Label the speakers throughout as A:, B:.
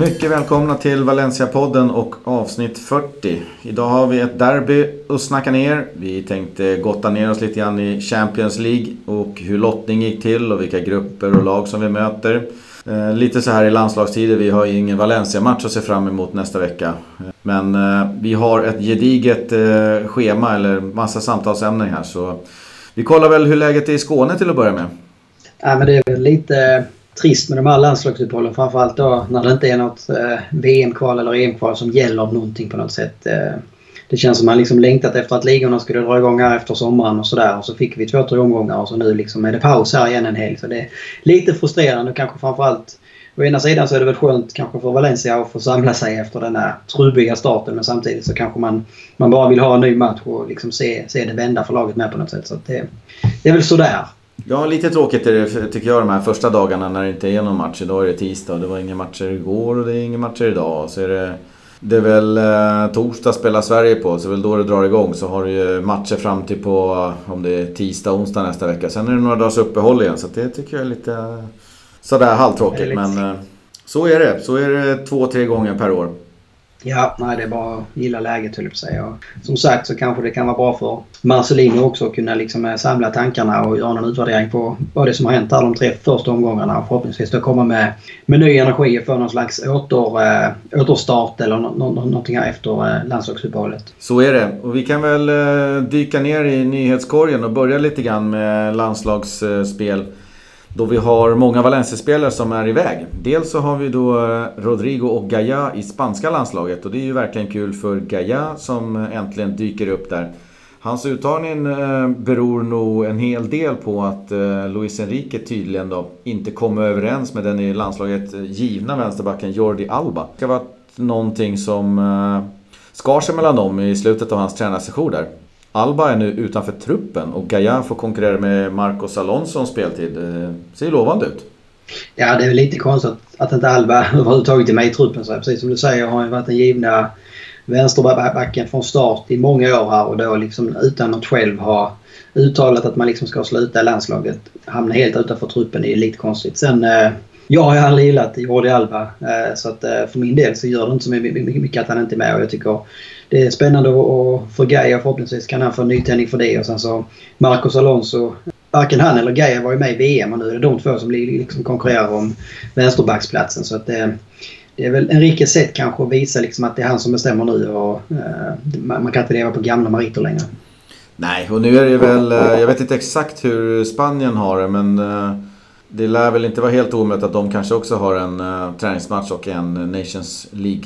A: Mycket välkomna till Valencia-podden och avsnitt 40. Idag har vi ett derby att snacka ner. Vi tänkte gotta ner oss lite grann i Champions League och hur lottning gick till och vilka grupper och lag som vi möter. Lite så här i landslagstider, vi har ju ingen Valencia-match att se fram emot nästa vecka. Men vi har ett gediget schema eller massa samtalsämnen här, så vi kollar väl hur läget är i Skåne till att börja med.
B: Ja, men det är väl lite trist med de här landslagsuppehållen, framförallt då när det inte är något VM-kval eller EM-kval som gäller någonting på något sätt. Det känns som man liksom längtat efter att ligorna skulle dra igång här efter sommaren och sådär, och så fick vi 2-3 omgångar och så nu liksom är det paus här igen en helg, så det är lite frustrerande. Kanske framförallt å ena sidan så är det väl skönt kanske för Valencia att få samla sig efter den här trubiga starten, men samtidigt så kanske man bara vill ha en ny match och liksom se det vända för laget med på något sätt, så att det är väl sådär.
A: Ja, lite tråkigt är det, tycker jag, de här första dagarna när det inte är någon match. Idag är det tisdag, det var inga matcher igår och det är inga matcher idag. Så det är väl torsdag spelar Sverige på, så väl då det drar igång. Så har du ju matcher fram till på, om det är tisdag, onsdag nästa vecka. Sen är det några dagars uppehåll igen, så det tycker jag är lite sådär halvtråkigt. Men så är det 2-3 gånger per år.
B: Ja, nej, det är bara att gilla läget, höll jag på att säga. Och som sagt så kanske det kan vara bra för Marcelino också att kunna liksom samla tankarna och göra någon utvärdering på vad det som har hänt här de 3 första omgångarna, och förhoppningsvis då komma med ny energi för någon slags återstart eller någonting här efter landslagsuppehållet.
A: Så är det, och vi kan väl dyka ner i nyhetskorgen och börja lite grann med landslagsspel. Då vi har många Valencia-spelare som är iväg. Dels så har vi då Rodrigo och Gaya i spanska landslaget. Och det är ju verkligen kul för Gaya som äntligen dyker upp där. Hans uttagning beror nog en hel del på att Luis Enrique tydligen då inte kom överens med den i landslaget givna vänsterbacken Jordi Alba. Det var någonting som skar sig mellan dem i slutet av hans tränarsession där. Alba är nu utanför truppen och Gaya får konkurrera med Marcos Alonso speltid. Ser lovande ut. Ja,
B: det är väl lite konstigt att inte Alba överhuvudtaget är med i truppen. Så precis som du säger har han varit den givna vänsterbacken från start i många år här, och då liksom utan att själv ha uttalat att man liksom ska sluta i landslaget, hamna helt utanför truppen, är lite konstigt. Sen jag har ju aldrig gillat Jordi Alba, så att för min del så gör det inte så mycket att han inte är med, och jag tycker det är spännande och för Gaya förhoppningsvis kan han få en nytändning för det. Och sen så Marcos Alonso, varken han eller Gaya var ju med i VM, och nu är det de två som liksom konkurrerar om vänsterbacksplatsen, så att det är väl Enriques sätt kanske att visa liksom att det är han som bestämmer nu, och man kan inte leva på gamla meriter längre.
A: Nej, och nu är det väl, jag vet inte exakt hur Spanien har det, men det lär väl inte vara helt omöjligt att de kanske också har en träningsmatch och en Nations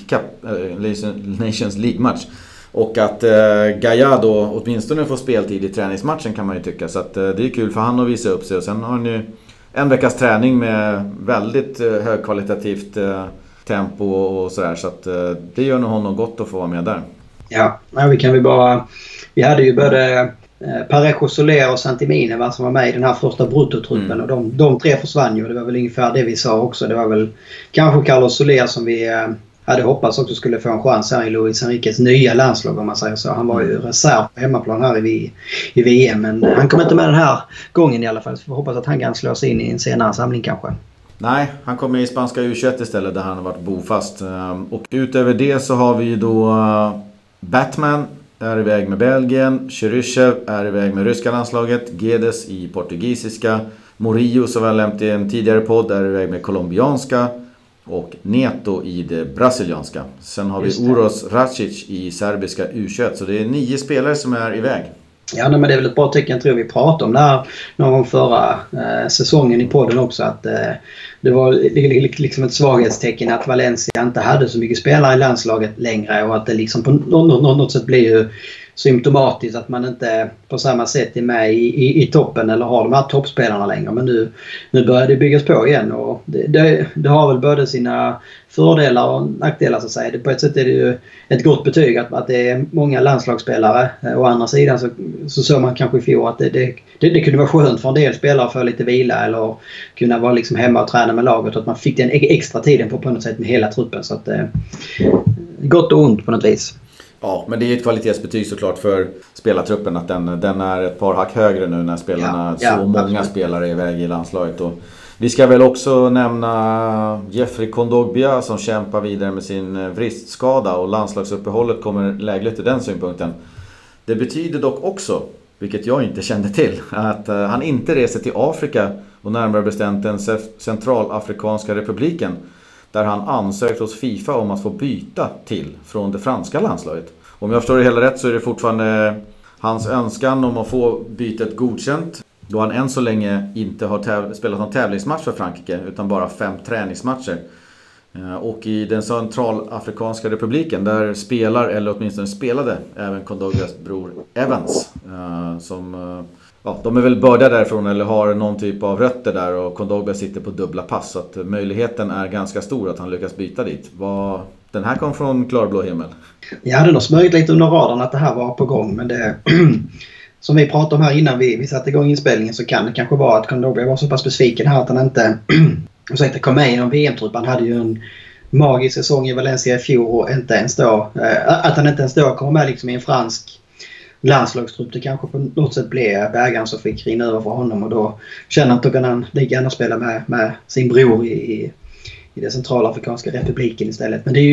A: League-match. Och att Gaya då åtminstone får speltid i träningsmatchen kan man ju tycka. Så att, det är kul för han att visa upp sig. Och sen har han ju en veckas träning med väldigt högkvalitativt tempo och sådär. Så att det gör nog honom gott att få vara med där.
B: Ja, vi hade ju både Parejo, Soler och Santimina som var med i den här första bruttotruppen, och de 3 försvann ju, och det var väl ungefär det vi sa också. Det var väl kanske Carlos Soler som vi hade hoppats också skulle få en chans här i Luis Enriques nya landslag, om man säger så. Han var ju reserv på hemmaplan här i VM, men han kom inte med den här gången i alla fall, så vi får hoppas att han kan slå sig in i en senare samling kanske.
A: Nej, han kommer i spanska U21 istället där han har varit bofast. Och utöver det så har vi då Batman är iväg med Belgien, Cheryshev är iväg med ryska landslaget, Guedes i portugisiska, Murillo som vi har lämnat i en tidigare podd är iväg med colombianska, och Neto i det brasilianska. Sen har vi Uros Racic i serbiska U21, så det är 9 spelare som är iväg.
B: Ja, men det är väl ett bra tecken, tror vi pratade om det här någon gång förra säsongen i podden också, att det var liksom ett svaghetstecken att Valencia inte hade så mycket spelare i landslaget längre, och att det liksom på något sätt blir ju symptomatiskt att man inte på samma sätt är med i toppen eller har de här toppspelarna längre. Men nu börjar det byggas på igen, och det har väl både sina fördelar och nackdelar, så att säga. På ett sätt är det ju ett gott betyg att det är många landslagsspelare. Å andra sidan så såg man kanske i fjol att det kunde vara skönt för en del spelare att få lite vila eller kunna vara liksom hemma och träna med laget, och att man fick den extra tiden på något sätt med hela truppen. Så att gott och ont på något vis.
A: Ja, men det är ett kvalitetsbetyg såklart för spelartruppen att den är ett par hack högre nu när spelarna många spelare är iväg i landslaget. Och Vi ska väl också nämna Jeffrey Kondogbia som kämpar vidare med sin vristskada, och landslagsuppehållet kommer lägligt ur den synpunkten. Det betyder dock också, vilket jag inte kände till, att han inte reser till Afrika och närmare bestämt den Centralafrikanska republiken, där han ansökt hos FIFA om att få byta till från det franska landslaget. Om jag förstår det hela rätt så är det fortfarande hans önskan om att få bytet godkänt, då han än så länge inte har spelat någon tävlingsmatch för Frankrike utan bara 5 träningsmatcher. Och i den Centralafrikanska republiken där spelar, eller åtminstone spelade, även Kondogbias bror Evans, de är väl börda därifrån eller har någon typ av rötter där, och Kondogbia sitter på dubbla pass, så att möjligheten är ganska stor att han lyckas byta dit. Den här kom från klarblå himmel.
B: Jag hade nog smörjt lite under radarn att det här var på gång, men det som vi pratade om här innan vi satte igång inspelningen, så kan det kanske vara att Kondogbia var så pass besviken här att han inte kom med i någon VM-trupp. Han hade ju en magisk säsong i Valencia i fjol, och att han inte ens då kommer med liksom i en fransk landslagstrupp. Det kanske på något sätt blev bägaren som fick rinna över för honom, och då känner han att då kan han lika gärna spela med sin bror i den Centralafrikanska republiken istället. Men det är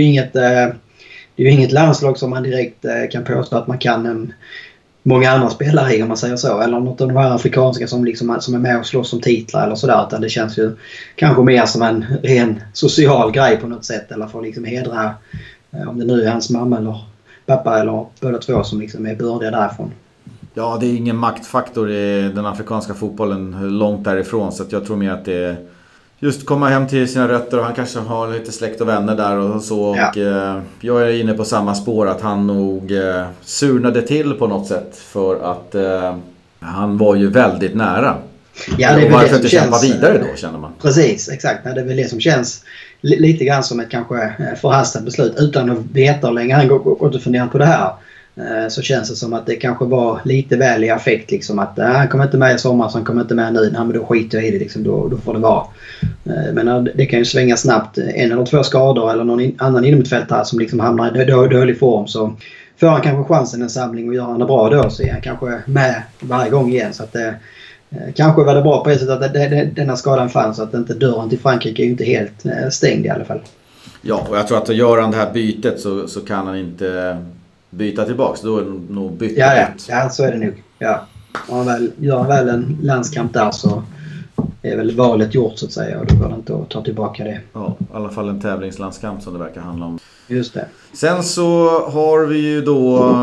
B: ju inget landslag som man direkt kan påstå att man kan många andra spelare i, om man säger så, eller något av de här afrikanska som är med och slåss om titlar eller sådär, utan det känns ju kanske mer som en ren social grej på något sätt, eller för att liksom hedra, om det nu är hans mamma eller pappa eller båda två som liksom är bördiga därifrån.
A: Ja, det är ingen maktfaktor i den afrikanska fotbollen långt därifrån, så att jag tror mer att det är just komma hem till sina rötter, och han kanske har lite släkt och vänner där och så. Ja. Och jag är inne på samma spår, att han nog surnade till på något sätt, för att han var ju väldigt nära.
B: Ja, det är
A: varför inte kämpa vidare då, känner man.
B: Precis, exakt. Det är väl det som känns lite grann som ett kanske förhastat beslut, utan att veta hur länge han gått och funderat på det här. Så känns det som att det kanske var lite väl i affekt, liksom att han kommer inte med i sommar, så han kommer inte med nu, men då skiter jag i det liksom, då får det vara. Men det kan ju svänga snabbt, 1 eller 2 skador eller någon annan inomhutfältare som liksom hamnar i dålig form, så får han kanske chansen en samling och gör han det bra då, så är han kanske med varje gång igen. Så att kanske var det bra på ett sätt att denna skadan fanns, så att inte dörren till Frankrike är inte helt stängd i alla fall.
A: Ja, och jag tror att gör han det här bytet så kan han inte byta tillbaks. Då är det nog bytt.
B: Ja, så är det nog. Ja. Gör han väl en landskamp där, så är väl valet gjort, så att säga, och då går det inte att ta tillbaka det.
A: Ja, i alla fall en tävlingslandskamp som det verkar handla om.
B: Just det.
A: Sen så har vi ju då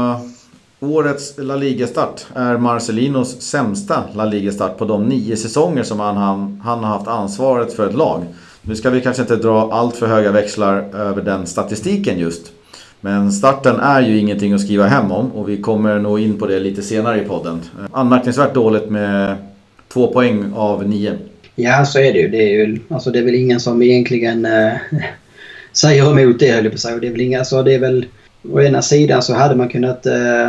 A: årets La Liga-start är Marcelinos sämsta La Liga-start på de 9 säsonger som han har haft ansvaret för ett lag. Nu ska vi kanske inte dra allt för höga växlar över den statistiken just. Men starten är ju ingenting att skriva hem om, och vi kommer nog in på det lite senare i podden. Anmärkningsvärt dåligt med 2 poäng av 9. Ja,
B: så är det ju. Det är väl ingen som egentligen säger emot det, höll jag på att säga. Det är väl inga, så det är väl, å ena sidan så hade man kunnat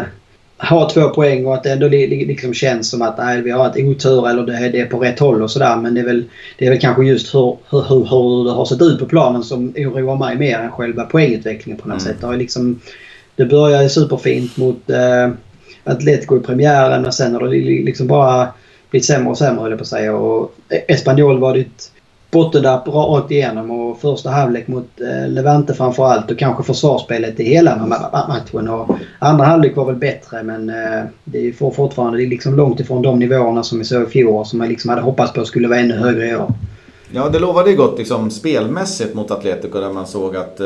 B: ha 2 poäng, och att det ändå liksom känns som att vi har ett otur, eller det är på rätt håll och sådär. Men det är väl kanske just hur det har sett ut på planen som oroar mig mer än själva poängutvecklingen på något sätt. Det börjar superfint mot Atletico i premiären, och sen har det liksom bara blivit sämre och sämre, höll jag på att säga. Och Espanyol var det ett bottendapp rakt igenom, och första halvlek mot Levante framförallt, och kanske försvarsspelet i hela matchen, och andra halvlek var väl bättre, men det är fortfarande liksom långt ifrån de nivåerna som vi såg i fjol, som man liksom hade hoppats på skulle vara ännu högre i år.
A: Ja, det lovade gott liksom spelmässigt mot Atletico, där man såg att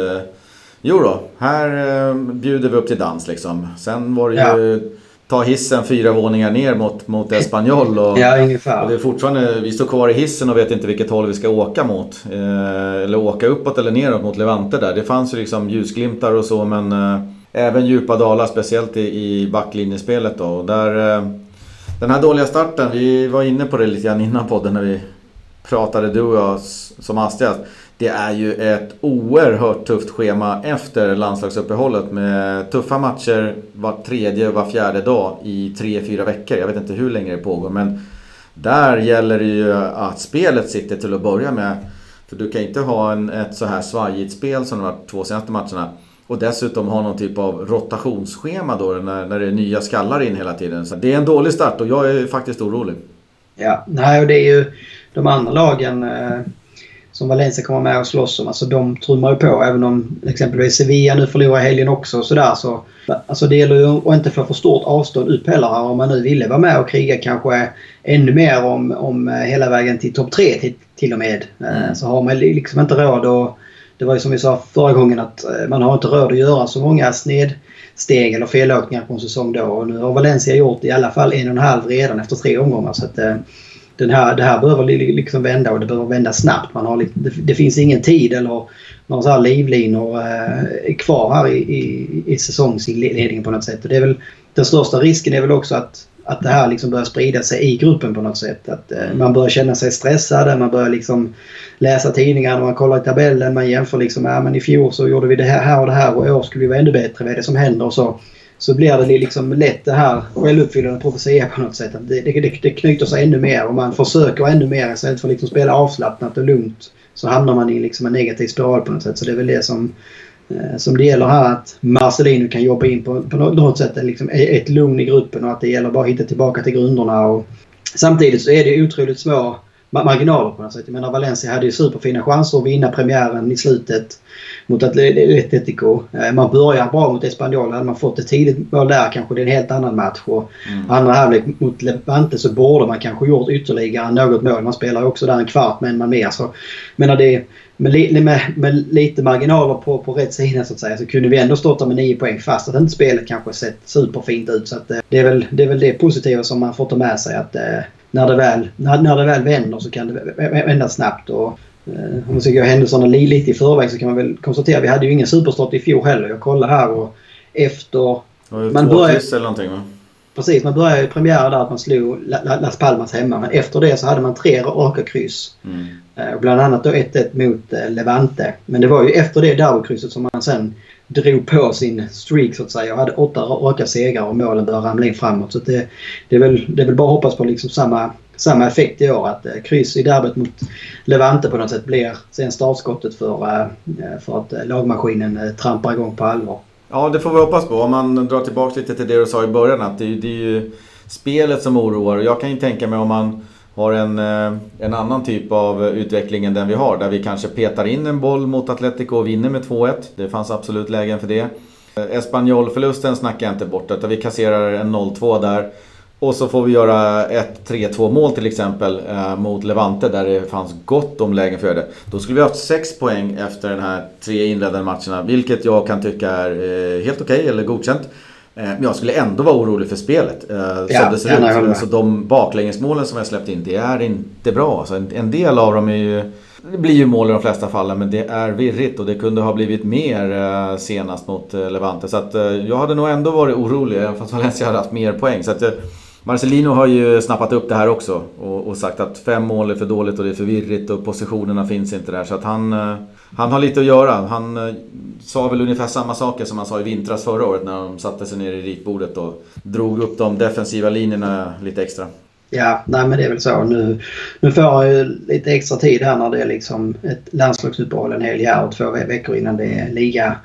A: här bjuder vi upp till dans liksom. Sen var det ju ta hissen 4 våningar ner mot Espanyol, och,
B: ungefär.
A: Och det är fortfarande, vi står kvar i hissen och vet inte vilket håll vi ska åka mot, eller åka uppåt eller neråt mot Levante där. Det fanns ju liksom ljusglimtar och så, men även djupa dalar, speciellt i backlinjespelet då. Och där, den här dåliga starten, vi var inne på det lite grann innan podden när vi pratade, du och jag, som hastigast. Det är ju ett oerhört tufft schema efter landslagsuppehållet, med tuffa matcher var 3:e och var 4:e dag i 3-4 veckor. Jag vet inte hur länge det pågår, men där gäller det ju att spelet sitter till att börja med. För du kan inte ha ett så här svajigt spel som det var 2 senaste matcherna, och dessutom ha någon typ av rotationsschema då när det är nya skallar in hela tiden. Så det är en dålig start, och jag är faktiskt orolig.
B: Ja, nej, och det är ju de andra lagen som Valencia kommer med och slåss om, alltså de trummar ju på, även om exempelvis Sevilla nu förlorar helgen också och sådär, så alltså det gäller ju att inte få för stort avstånd upp heller här, om man nu ville vara med och kriga kanske ännu mer om hela vägen till topp 3 till och med, så har man liksom inte råd, och det var ju som vi sa förra gången att man har inte råd att göra så många snedsteg eller felåkningar på en säsong då, och nu har Valencia gjort i alla fall 1,5 redan efter 3 omgångar, så att det här behöver liksom vända, och det behöver vända snabbt. Det finns ingen tid eller någon så här livlinor kvar här i säsongsinledningen på något sätt. Och det är väl, den största risken är väl också att det här liksom börjar sprida sig i gruppen på något sätt. Att man börjar känna sig stressad, man börjar liksom läsa tidningar, man kollar i tabellen, man jämför liksom, men i fjol så gjorde vi det här och det här, och i år skulle vi vara ännu bättre, vad är det som händer, och så blir det liksom lätt det här självuppfyllande profetia på något sätt. Att det knyter sig ännu mer, och man försöker ännu mer istället för att liksom spela avslappnat och lugnt, så hamnar man i liksom en negativ spiral på något sätt. Så det är väl det som det gäller här, att Marcelino kan jobba in på något sätt liksom ett lugn i gruppen, och att det gäller bara att hitta tillbaka till grunderna. Och samtidigt så är det otroligt små marginaler på något sätt. Jag menar, Valencia hade ju superfina chanser att vinna premiären i slutet mot Atletico. Man börjar bra mot Espanyol. Hade man fått ett tidigt mål där kanske det är en helt annan match. Och andra halvlek mot Levante så borde man kanske gjort ytterligare något mål. Man spelar också där en kvart med en man mer. Så menar det med lite marginaler på rätt sida så att säga, så kunde vi ändå stått med 9 poäng, fast att inte spelet kanske sett superfint ut. Så att det är väl det positiva som man får ta med sig, att när det väl vänder så kan det vända snabbt. Och om man ska gå händelserna lite i förväg så kan man väl konstatera att vi hade ju ingen superstart i fjol heller. Jag kollar här, och efter
A: man började eller någonting, va?
B: Precis, man började i premiären där att man slog Las Palmas hemma, men efter det så hade man 3 raka kryss. Och bland annat då 1-1 mot Levante. Men det var ju efter det derbykrysset som man sen drog på sin streak så att säga, och hade 8 raka segrar, och målen började ramla in framåt. Så det är väl bara att hoppas på liksom samma effekt i år, att kryss i derbyt mot Levante på något sätt blir sen startskottet för att lagmaskinen trampar igång på allvar.
A: Ja, det får vi hoppas på. Om man drar tillbaka lite till det du sa i början, att det är ju spelet som oroar. Och jag kan ju tänka mig om man har en annan typ av utveckling än den vi har, där vi kanske petar in en boll mot Atletico och vinner med 2-1. Det fanns absolut lägen för det. Espanyol-förlusten snackar jag inte bort, utan vi kasserar en 0-2 där. Och så får vi göra ett 3-2 mål till exempel mot Levante, där det fanns gott om lägen för det. Då skulle vi ha haft 6 poäng efter den här 3 inledande matcherna, vilket jag kan tycka är helt okej eller godkänt. Men jag skulle ändå vara orolig för spelet. Så det ser ut. Alltså, de baklängesmålen som jag släppt in, det är inte bra. Alltså, en del av dem det blir ju mål i de flesta fallen, men det är virrigt, och det kunde ha blivit mer senast mot Levante. Så att jag hade nog ändå varit orolig, fast Valencia hade haft mer poäng. Så att Marcelino har ju snappat upp det här också och sagt att 5 mål är för dåligt och det är för virrigt och positionerna finns inte där. Så att han har lite att göra. Han sa väl ungefär samma saker som han sa i vintras förra året, när de satte sig ner i ritbordet och drog upp de defensiva linjerna lite extra. Ja,
B: nej, men det är väl så. Nu får jag ju lite extra tid här när det är liksom ett landslagsuppehåll en hel år och 2 veckor innan det är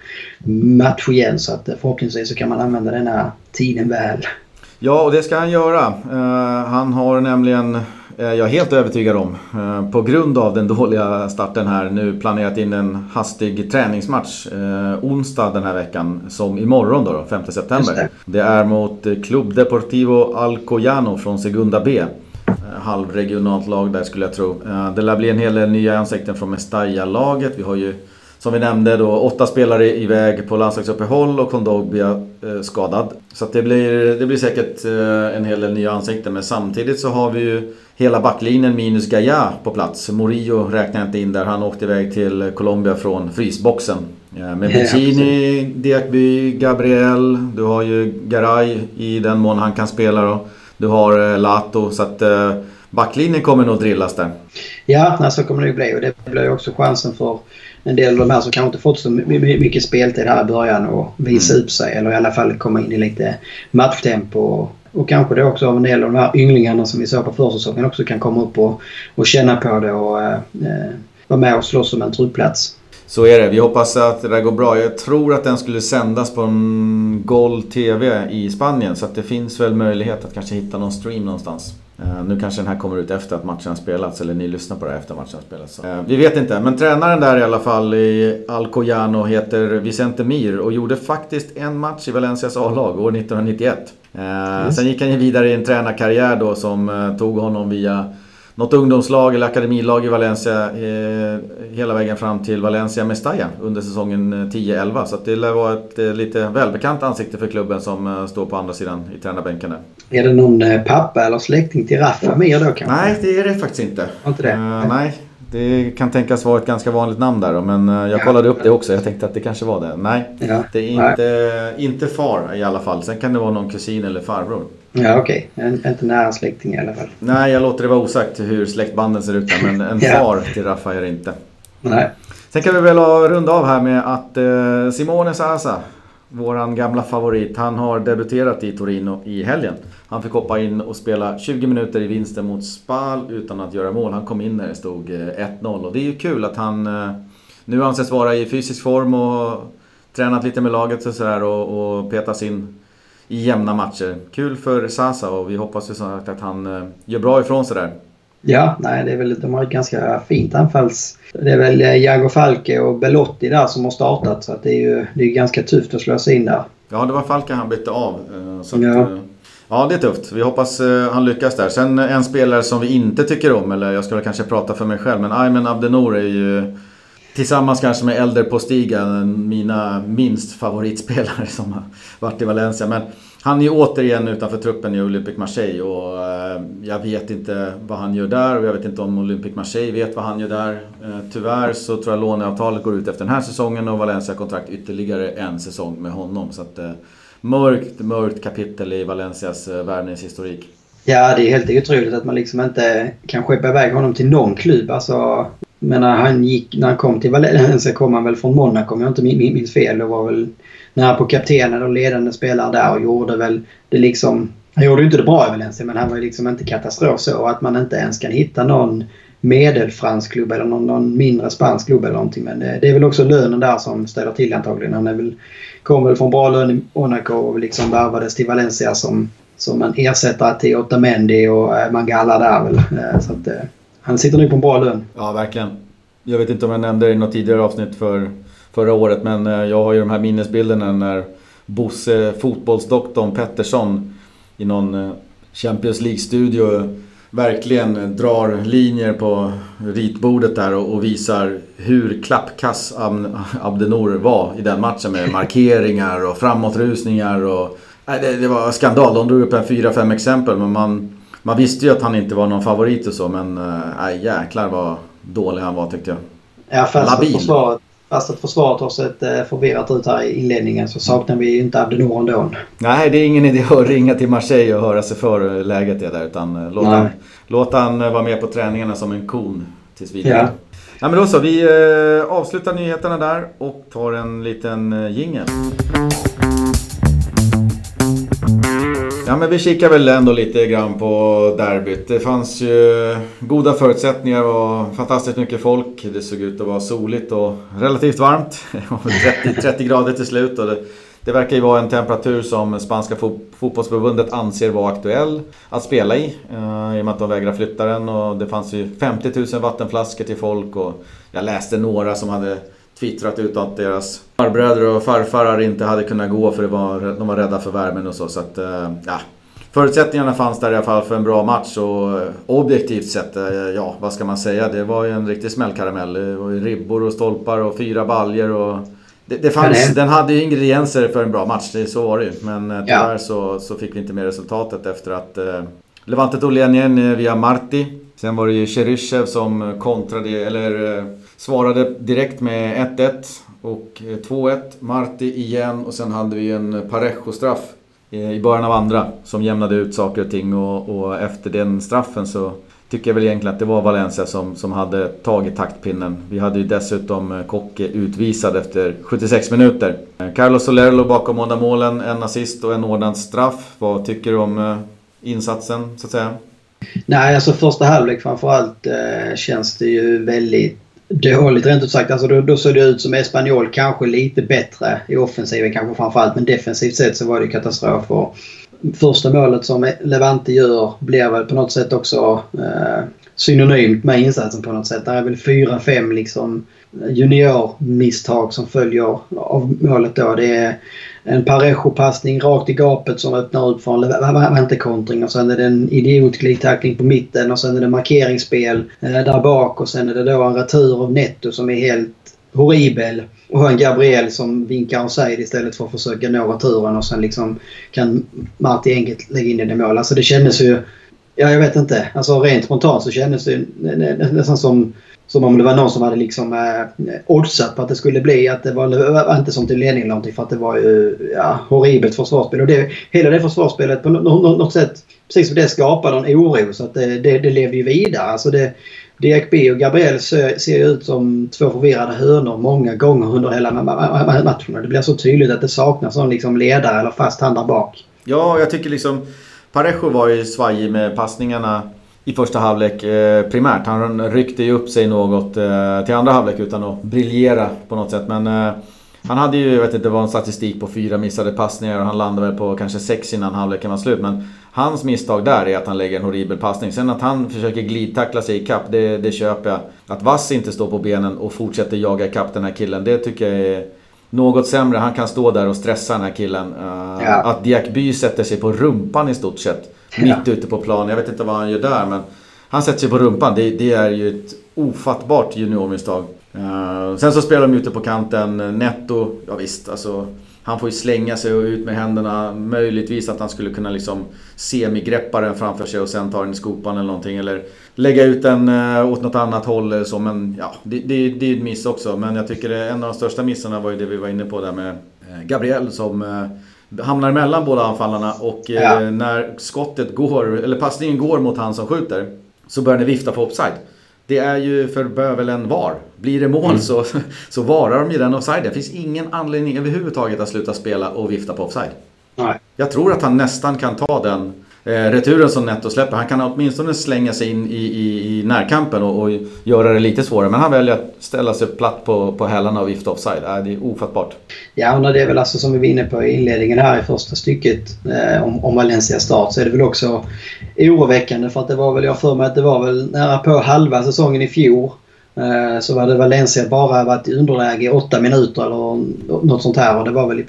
B: ligamatch igen. Så att förhoppningsvis så kan man använda den här tiden väl.
A: Ja, och det ska han göra. Han har nämligen, jag är helt övertygad om, på grund av den dåliga starten här, nu planerat in en hastig träningsmatch onsdag den här veckan, som imorgon då 5 september. Det är mot Club Deportivo Alcoyano från Segunda B. Halvregionalt lag där skulle jag tro. Det lär bli en hel del nya ansikten från Mestalla-laget. Vi har ju, som vi nämnde då, 8 spelare iväg på landslagsuppehåll och Kondogbia skadad. Så att det blir säkert en hel del nya ansikten. Men samtidigt så har vi ju hela backlinjen minus Gaia på plats. Murillo räknar inte in där. Han åkte iväg till Colombia från frysboxen. Med Piccini, Diakby, Gabriel. Du har ju Garay i den mån han kan spela då. Du har Lato, så att backlinjen kommer nog drillas där.
B: Ja, så kommer det ju bli, och det blir ju också chansen för en del av de här som kanske inte fått så mycket speltid här i början och visa upp sig, eller i alla fall komma in i lite matchtempo, och kanske det också av en del av de här ynglingarna som vi såg på försäsongen också kan komma upp och känna på det och vara med och slåss om en truppplats.
A: Så är det. Vi hoppas att det där går bra. Jag tror att den skulle sändas på en Gol TV i Spanien, så att det finns väl möjlighet att kanske hitta någon stream någonstans. Nu kanske den här kommer ut efter att matchen har spelats, eller ni lyssnar på det efter matchen har spelats. Så, vi vet inte, men tränaren där i alla fall i Alcoyano heter Vicente Mir och gjorde faktiskt en match i Valencias A-lag år 1991. Sen gick han ju vidare i en tränarkarriär då som tog honom via något ungdomslag eller akademilag i Valencia hela vägen fram till Valencia Mestalla under säsongen 10-11. Så att det lär vara ett lite välbekant ansikte för klubben som står på andra sidan i tränarbänken.
B: Är det någon pappa eller släkting till Rafa Mir då kanske?
A: Nej, det är det faktiskt inte.
B: Inte det?
A: Nej, det kan tänkas vara ett ganska vanligt namn där då, men jag kollade upp det också. Jag tänkte att det kanske var det. Nej, det är inte far i alla fall. Sen kan det vara någon kusin eller farbror.
B: Ja, okej. Inte nära släkting i alla fall.
A: Nej, jag låter det vara osagt hur släktbanden ser ut där, men en far till Rafa är det inte.
B: Nej.
A: Sen kan vi väl runda av här med att Simone Sasa, våran gamla favorit, han har debuterat i Torino i helgen. Han fick hoppa in och spela 20 minuter i vinsten mot Spal utan att göra mål. Han kom in när det stod 1-0 och det är ju kul att han nu anses vara i fysisk form och tränat lite med laget och sådär och petas in i jämna matcher. Kul för Sasa och vi hoppas ju så att han gör bra ifrån sig där. Ja, nej, det är väl, de har ett ganska fint anfalls. Det är väl Iago Falke och Belotti där som har startat, så att det är ganska tufft att slå sig in där. Ja, det var Falke han bytte av. Så att, ja, det är tufft. Vi hoppas han lyckas där. Sen en spelare som vi inte tycker om, eller jag skulle kanske prata för mig själv, men Aymen Abdennour är ju tillsammans kanske med Elder Postiga mina minst favoritspelare som har varit i Valencia. Men han är ju återigen utanför truppen i Olympique Marseille och jag vet inte vad han gör där och jag vet inte om Olympique Marseille vet vad han gör där. Tyvärr så tror jag låneavtalet går ut efter den här säsongen och Valencia kontrakt ytterligare en säsong med honom. Så att mörkt kapitel i Valencias värvningshistorik. Ja, det är helt otroligt att man liksom inte kan skeppa iväg honom till någon klubb. Alltså, men när han kom till Valencia kom han väl från Monaco om jag inte minns fel. Det var väl när han på kaptenen och ledande spelare där och gjorde väl det liksom. Han gjorde ju inte det bra i Valencia, men han var ju liksom inte katastrof så att man inte ens kan hitta någon medelfransk klubb eller någon mindre spansk klubb eller någonting. Men det är väl också lönen där som ställer till antagligen. Han kom väl från bra lön i Monaco och liksom värvades till Valencia som en ersättare till Otamendi och Mangala där väl. Så att han sitter nu på en bra lön. Ja, verkligen. Jag vet inte om jag nämnde det i något tidigare avsnitt förra året, men jag har ju de här minnesbilderna när Bosse, fotbollsdoktorn Pettersson i någon Champions League-studio verkligen drar linjer på ritbordet där och visar hur klappkass Abdennour var i den matchen med markeringar och framåtrusningar och det var skandal. De drog upp en 4-5 exempel, men man visste ju att han inte var någon favorit och så, men jäklar vad dålig han var tyckte jag. Ja, fast att försvaret har sett förvirrat ut här i inledningen så saknar vi ju inte Abdennour ändå. Nej, det är ingen idé att ringa till Marseille och höra sig för läget är där, utan låt han vara med på träningarna som en kon tills vidare. Ja, men då så, vi avslutar nyheterna där och tar en liten jingle. Ja, men vi kikar väl ändå lite grann på derbyt. Det fanns ju goda förutsättningar och fantastiskt mycket folk. Det såg ut att vara soligt och relativt varmt. 30 grader till slut. Och det verkar ju vara en temperatur som spanska fotbollsförbundet anser vara aktuell att spela i och med att de vägrar flytta den. Och det fanns ju 50 000 vattenflaskor till folk. Och jag läste några som hade twittrat ut att deras farbröder och farfarar inte hade kunnat gå för de var rädda för värmen och så. Så att, förutsättningarna fanns där i alla fall för en bra match och objektivt sett, vad ska man säga? Det var ju en riktig smällkaramell. Det var ju ribbor och stolpar och 4 baljer och det fanns, den hade ju ingredienser för en bra match, så var det ju. Men tyvärr så fick vi inte med resultatet efter att Levante tog ledningen via Marti. Sen var det ju Cheryshev som kontrade eller svarade direkt med 1-1 och 2-1. Marti igen och sen hade vi en Parejo-straff i början av andra som jämnade ut saker och ting. Och efter den straffen så tycker jag väl egentligen att det var Valencia som hade tagit taktpinnen. Vi hade ju dessutom Koke utvisad efter 76 minuter. Carlos Soler låg bakom båda målen, en assist och en ordnad straff. Vad tycker du om insatsen så att säga? Nej, alltså första halvlek framförallt känns det ju väldigt dåligt rent ut sagt. Alltså då såg det ut som Espanyol kanske lite bättre i offensiven kanske framförallt, men defensivt sett så var det katastrof. Och
B: första målet som Levante gör blir väl på något sätt också synonymt med insatsen på något sätt. Det är väl 4-5 liksom juniormisstag som följer av målet då. Det är en Parejo-passning rakt i gapet som öppnar upp för en Levante-kontring, och sen är det en idiotglidtackling på mitten, och sen är det markeringsspel där bak, och sen är det då en retur av Neto som är helt horribel, och en Gabriel som vinkar och säger istället för att försöka nå returen, och sen liksom kan Marti enkelt lägga in i det mål. Alltså det kändes ju, ja, jag vet inte, alltså rent spontant så kändes det nästan som om det var någon som hade liksom oddsat på att det skulle bli, att det var inte som till ledning eller någonting, för att det var ju horribelt försvarsspel, och hela det försvarsspelet på något sätt, precis som det skapade en oro, så att det levde ju vidare. Alltså Diakby och Gabriel ser ju ut som två förvirrade hönor många gånger under hela matchen. Det blir så tydligt att det saknas någon liksom ledare eller fast hand där bak.
A: Ja, jag tycker liksom Parejo var ju svajig med passningarna i första halvlek primärt. Han ryckte ju upp sig något till andra halvlek utan att briljera på något sätt. Men han hade ju, jag vet inte, det var en statistik på 4 missade passningar och han landade väl på kanske 6 innan halvleken var slut. Men hans misstag där är att han lägger en horribel passning. Sen att han försöker glidtackla sig i kapp, det köper jag. Att Vass inte står på benen och fortsätter jaga i kapp den här killen, det tycker jag är något sämre. Han kan stå där och stressa den här killen. Att Diakby sätter sig på rumpan i stort sett. Mitt ute på plan. Jag vet inte vad han gör där, men han sätter sig på rumpan. Det är ju ett ofattbart juniormisstag. Sen så spelar de ute på kanten. Neto, ja visst, alltså han får ju slänga sig och ut med händerna. Möjligtvis att han skulle kunna liksom semigreppa den framför sig och sen ta den i skopan eller någonting. Eller lägga ut den åt något annat håll eller så. Men ja, det är ett miss också. Men jag tycker en av de största missarna var ju det vi var inne på där med Gabriel som hamnar mellan båda anfallarna. Och när skottet går, eller passningen går mot han som skjuter, så börjar det vifta på offside. Det är ju för bövelen VAR. Blir det mål så varar de ju den offside. Det finns ingen anledning överhuvudtaget att sluta spela och vifta på offside. Nej. Jag tror att han nästan kan ta den returen som Neto släpper. Han kan åtminstone slänga sig in i närkampen och göra det lite svårare. Men han väljer att ställa sig platt på hälarna och vifta offside. Det är ofattbart. Ja, och det är väl alltså som vi var inne på i inledningen här i första stycket om Valencia start, så är det väl också oroväckande, för att det var väl, jag för mig att det var väl nära på halva säsongen i fjol, så var det Valencia bara varit i underläge i 8 minuter eller något sånt här, och det var väl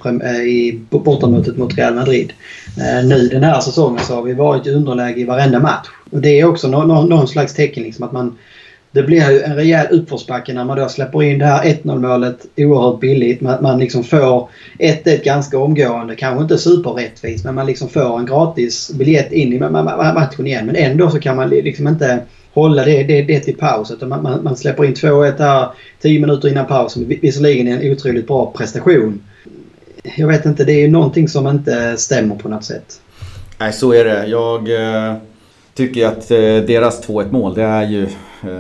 A: i bortamötet mot Real Madrid. Nu den här säsongen så har vi varit i underläge i varenda match, och det är också någon slags tecken liksom att det blir ju en rejäl uppförsbacke när man då släpper in det här 1-0 målet oerhört billigt. Man liksom får 1-1 ganska omgående, kanske inte superrättvist, men man liksom får en gratis biljett in i matchen igen. Men ändå så kan man liksom inte hålla det till paus, utan man släpper in 2-1 här 10 minuter innan pausen. Visserligen är en otroligt bra prestation. Jag vet inte, det är ju någonting som inte stämmer på något sätt. Nej, så är det. Jag tycker att deras 2-1 mål, det är ju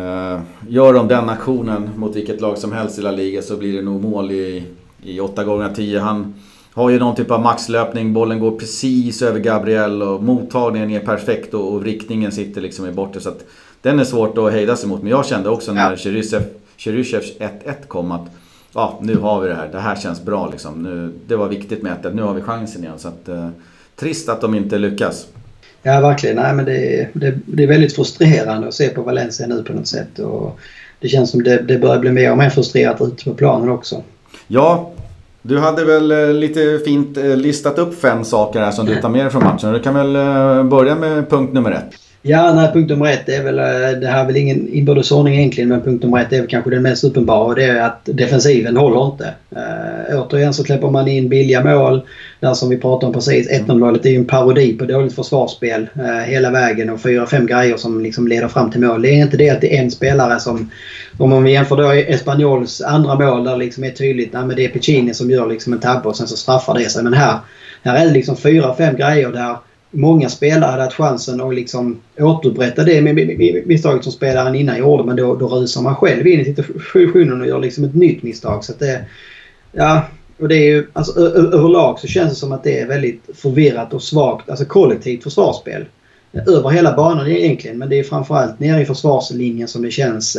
A: gör de den aktionen mot vilket lag som helst i La Liga, så blir det nog mål i 8 gånger 10. Han har ju någon typ av maxlöpning, bollen går precis över Gabriel och mottagningen är perfekt och riktningen sitter liksom i borta, så att den är svårt att hejda sig mot. Men jag kände också när Cherysevs 1-1 kom att nu har vi det här känns bra liksom. Nu, det var viktigt med 1-1, nu har vi chansen igen, så att trist att de inte lyckas. Ja, verkligen. Nej, men det är väldigt frustrerande att se på Valencia nu på något sätt. Och det känns som det börjar bli mer och mer frustrerat ute på planen också. Ja, du hade väl lite fint listat upp 5 saker här som du tar med dig från matchen. Du kan väl börja med punkt nummer 1. Ja, punkt nummer 1 är väl, det här är väl ingen inbördesordning egentligen, men punkt nummer 1 är väl kanske den mest uppenbara, och det är att defensiven håller inte. Återigen så släpper man in billiga mål, där som vi pratade om precis. 1-0-målet är ju en parodi på dåligt försvarsspel hela vägen, och 4-5 grejer som liksom leder fram till mål. Det är inte det att det är en spelare som, om vi jämför då Espanyols andra mål där liksom är tydligt, men det är Piccini som gör liksom en tabbe och sen så straffar det sig. Men här är det liksom 4-5 grejer där många spelare hade haft chansen att liksom återupprätta det med misstaget som spelaren innan gjorde, men då rusar man själv in i situationen och gör liksom ett nytt misstag. Så att det, och det är ju, alltså, överlag så känns det som att det är väldigt förvirrat och svagt, alltså kollektivt försvarsspel över hela banan egentligen, men det är framförallt nere i försvarslinjen som det känns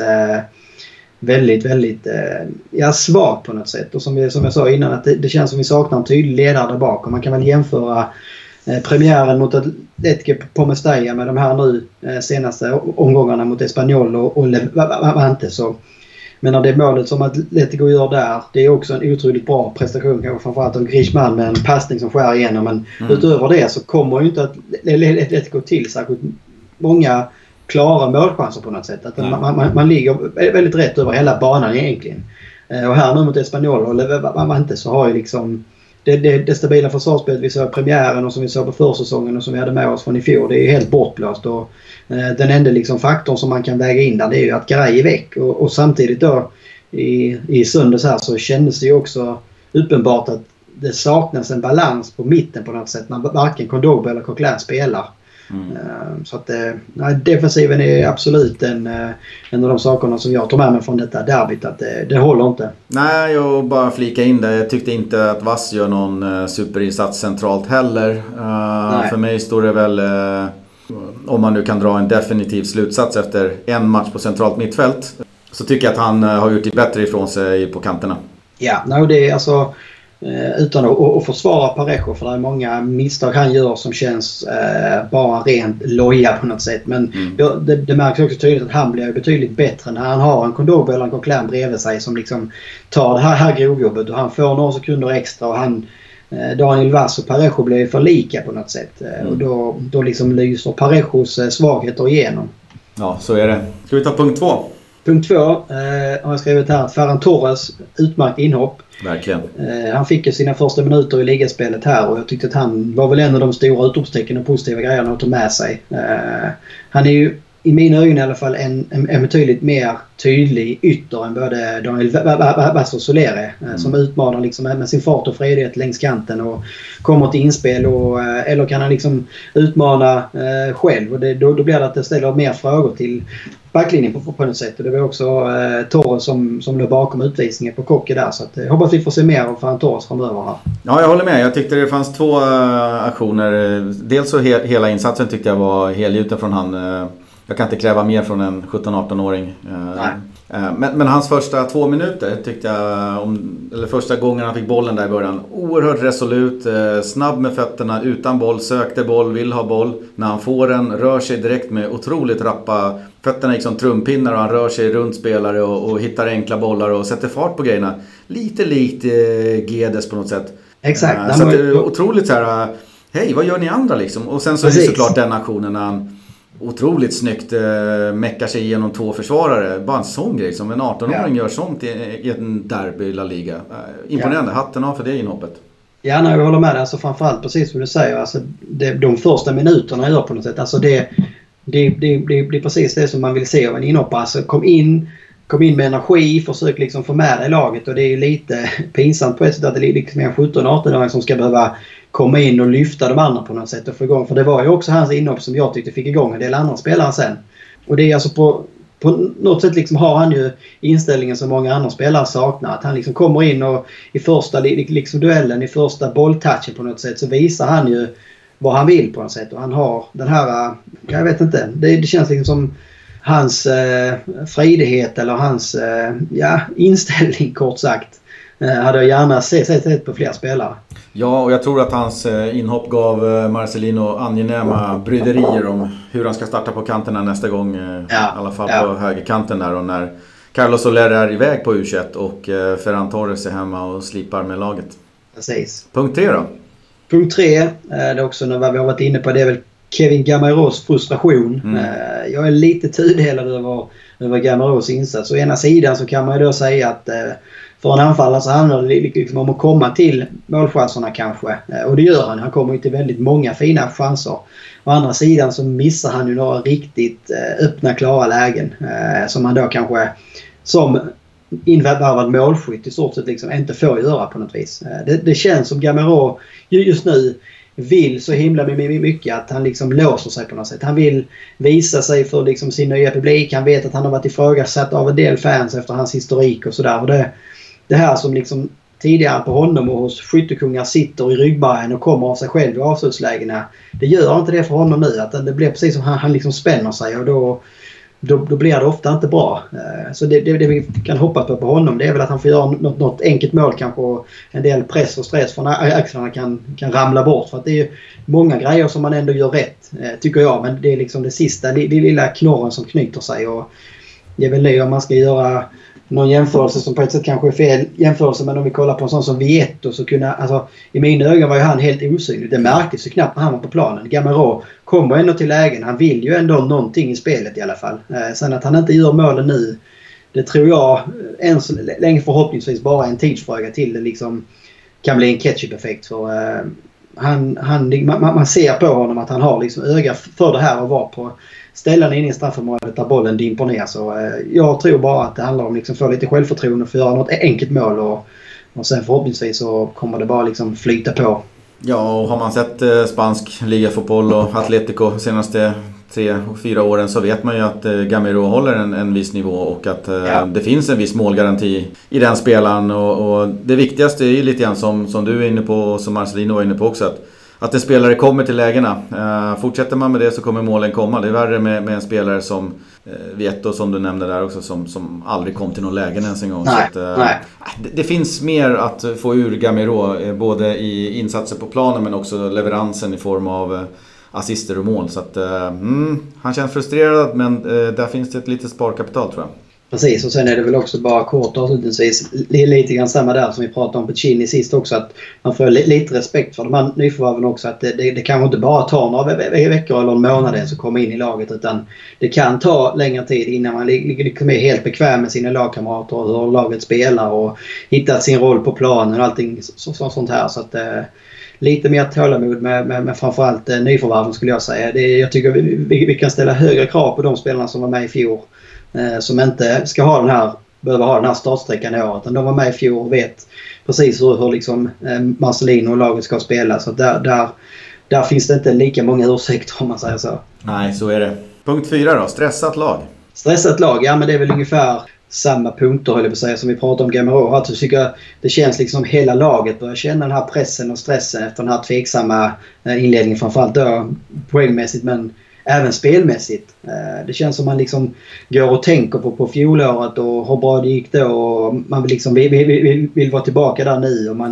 A: väldigt, väldigt svagt på något sätt. Och som jag sa innan, att det känns som vi saknar en tydlig ledare där bak, och man kan väl jämföra
B: premiären mot Atletico på Mestalla med de här nu senaste omgångarna mot Espanyol och Levante. Så men det målet som Atletico gör där, det är också en otroligt bra prestation, kanske framförallt av Griezmann med en passning som skär igenom. Men utöver det så kommer ju inte Atletico till särskilt många klara målchanser på något sätt. Att man ligger väldigt rätt över hela banan egentligen. Och här nu mot Espanyol och Levante så har ju liksom det stabila försvarsspelet vi såg i premiären och som vi såg på försäsongen och som vi hade med oss från i fjol, det är ju helt bortblåst. Och den enda liksom faktorn som man kan väga in där, det är ju att Garay är väck. Och samtidigt då i söndags här så kändes det ju också uppenbart att det saknas en balans på mitten på något sätt när varken Kondogbia eller Coquelin spelar. Så att defensiven är absolut en av de sakerna som jag tar med mig från detta derbyt, att det håller inte.
A: Nej, jag bara flika in det. Jag tyckte inte att Vass gör någon superinsats centralt heller. För mig står det väl, om man nu kan dra en definitiv slutsats efter en match på centralt mittfält, så tycker jag att han har gjort det bättre ifrån sig på kanterna.
B: Ja, det är alltså utan att försvara Parejo, för det är många misstag han gör som känns bara rent loja på något sätt. Men det märks också tydligt att han blir betydligt bättre när han har en Kondogbia eller en Coquelin bredvid sig som liksom tar det här grovjobbet, och han får några sekunder extra, och Daniel Vass och Parejo blir för lika på något sätt. Och då liksom lyser Parejos svagheter igenom.
A: Ja, så är det. Ska vi ta punkt 2?
B: Punkt 2 har jag skrivit här att Ferran Torres utmärkt inhopp.
A: Verkligen.
B: Han fick ju sina första minuter i ligaspelet här, och jag tyckte att han var väl en av de stora utropstecken och positiva grejerna att ta med sig. Han är ju i mina ögon i alla fall en betydligt mer tydlig ytter än både Daniel Vass och Solere, som utmanar liksom med sin fart och frihet längs kanten och kommer till inspel, eller kan han liksom utmana själv, och då blir det att det ställer mer frågor till backlinjen på något sätt. Och det var också Torres som låg bakom utvisningen på Koke där, så att jag hoppas vi får se mer av Ferran Torres framöver här.
A: Ja, jag håller med. Jag tyckte det fanns 2 aktioner. Dels så hela insatsen tyckte jag var helgjuten från han. Jag kan inte kräva mer från en 17-18-åring. Men hans första 2 minuter tyckte jag, eller första gången han fick bollen där i början, oerhört resolut, snabb med fötterna, utan boll, sökte boll, vill ha boll. När han får den, rör sig direkt med otroligt rappa fötterna liksom trumpinnar, och han rör sig runt spelare och hittar enkla bollar och sätter fart på grejerna. Lite likt Guedes på något sätt.
B: Exakt.
A: Så det är otroligt så här, hej, vad gör ni andra liksom? Och sen så är det såklart den aktionen när han otroligt snyggt meckar sig igenom 2 försvarare. Bara en sån grej som en 18-åring gör sånt i en derby i La Liga. Imponerande. Hatten av för det inhoppet. Ja,
B: jag håller med dig. Alltså, framförallt precis som du säger. Alltså, de första minuterna gör på något sätt. Alltså, det är precis det som man vill se av en inhoppare. Alltså, kom in med energi, försök liksom få med dig laget, och det är ju lite pinsamt på ett sätt att det är liksom en 17-18-åring som ska behöva komma in och lyfta de andra på något sätt och få igång. För det var ju också hans inhopp som jag tyckte fick igång en del andra spelare sen. Och det är alltså på något sätt liksom har han ju inställningen som många andra spelare saknar. Att han liksom kommer in och i första liksom duellen, i första bolltouchen på något sätt, så visar han ju vad han vill på något sätt. Och han har den här, jag vet inte, det känns liksom som hans frihet eller hans inställning kort sagt. Hade jag gärna sett på fler spelare. Ja, och jag tror att hans inhopp gav Marcelino angenäma bryderier om hur han ska starta på kanterna nästa gång. I alla fall på högerkanten där. Och när Carlos Soler är iväg på U21 och Ferran Torres är hemma och slipar med laget. Precis. Punkt 3 då? Punkt 3, det är också vad vi har varit inne på, det är väl Kevin Gamairos frustration. Jag är lite tudelad över Gamairos insats. Å ena sidan så kan man ju då säga att för en anfallare så handlar det liksom om att komma till målchanserna kanske. Och det gör han. Han kommer ju till väldigt många fina chanser. Å andra sidan så missar han ju några riktigt öppna, klara lägen. Som han då kanske som invärvad målskytt i stort sett liksom inte får göra på något vis. Det känns som Gamairo just nu vill så himla mycket att han liksom låser sig på något sätt. Han vill visa sig för liksom sin nya publik. Han vet att han har varit ifrågasatt av en del fans efter hans historik och sådär. Och det här som liksom tidigare på honom och hos skyttekungar sitter i ryggmärgen och kommer av sig själv i avslutslägena. Det gör inte det för honom nu. Att det blir precis som han liksom spänner sig, och då blir det ofta inte bra. Så det vi kan hoppas på honom, det är väl att han får göra något enkelt mål kanske, och en del press och stress från axlarna kan ramla bort. För att det är många grejer som man ändå gör rätt, tycker jag. Men det är liksom det sista, det lilla knorren som knyter sig. Och det är väl det, om man ska göra någon jämförelse som på ett sätt kanske är fel jämförelse, men om vi kollar på en sån som Vietto, så kunna, alltså, i mina ögon var ju han helt osynlig. Det märktes ju knappt när han var på planen. Gamero kommer ändå till lägen. Han vill ju ändå någonting i spelet i alla fall. Sen att han inte gör målen nu, det tror jag än så länge förhoppningsvis bara en tidsfråga till det liksom kan bli en ketchup-effekt. För man ser på honom att han har liksom öga för det här och var på ställen in i straffområdet där bollen dimper ner. Så jag tror bara att det handlar om liksom få lite självförtroende för att göra något enkelt mål, och sen förhoppningsvis så kommer det bara liksom flyta på.
A: Ja, och har man sett spansk ligafotboll och Atletico senaste 3-4 åren, så vet man ju att Gamero håller en viss nivå, och att det finns en viss målgaranti i den spelaren. Och det viktigaste är ju lite grann som du är inne på, och som Marcelino var inne på också, att en spelare kommer till lägena. Fortsätter man med det så kommer målen komma. Det är värre med en spelare som Vietto, som du nämnde där också, som aldrig kom till någon lägen ens en gång.
B: Nej,
A: så att, det finns mer att få ur Gamero, både i insatser på planen men också leveransen i form av assister och mål. Så att han känns frustrerad, men där finns det ett litet sparkapital, tror jag.
B: Precis, och sen är det väl också bara kort avslutningsvis lite grann samma där som vi pratade om på Chini sist också, att man får lite respekt för de här nyförvärven också, att det kanske inte bara tar några veckor eller en månad ens att komma in i laget, utan det kan ta längre tid innan man liksom är helt bekväm med sina lagkamrater och hur laget spelar och hittat sin roll på planen och allting sånt här. Så att lite mer tålamod med framförallt nyförvärven, skulle jag säga. Jag tycker vi kan ställa högre krav på de spelarna som var med i fjol, som inte ska behöva ha den här startsträckan i år, utan de var med i fjol och vet precis hur liksom Marcelino och laget ska spela. Så där finns det inte lika många ursäkter, om man säger så.
A: Nej, så är det. Punkt 4 då, stressat lag.
B: Stressat lag, ja, men det är väl ungefär samma punkter, höll jag på att säga, som vi pratade om Gamero. Att jag tycker det känns liksom hela laget börjar känna den här pressen och stressen efter den här tveksamma inledningen, framförallt då poängmässigt, men även spelmässigt. Det känns som man liksom går och tänker på fjolåret och hur bra det gick då, och man vill vara tillbaka där nu, och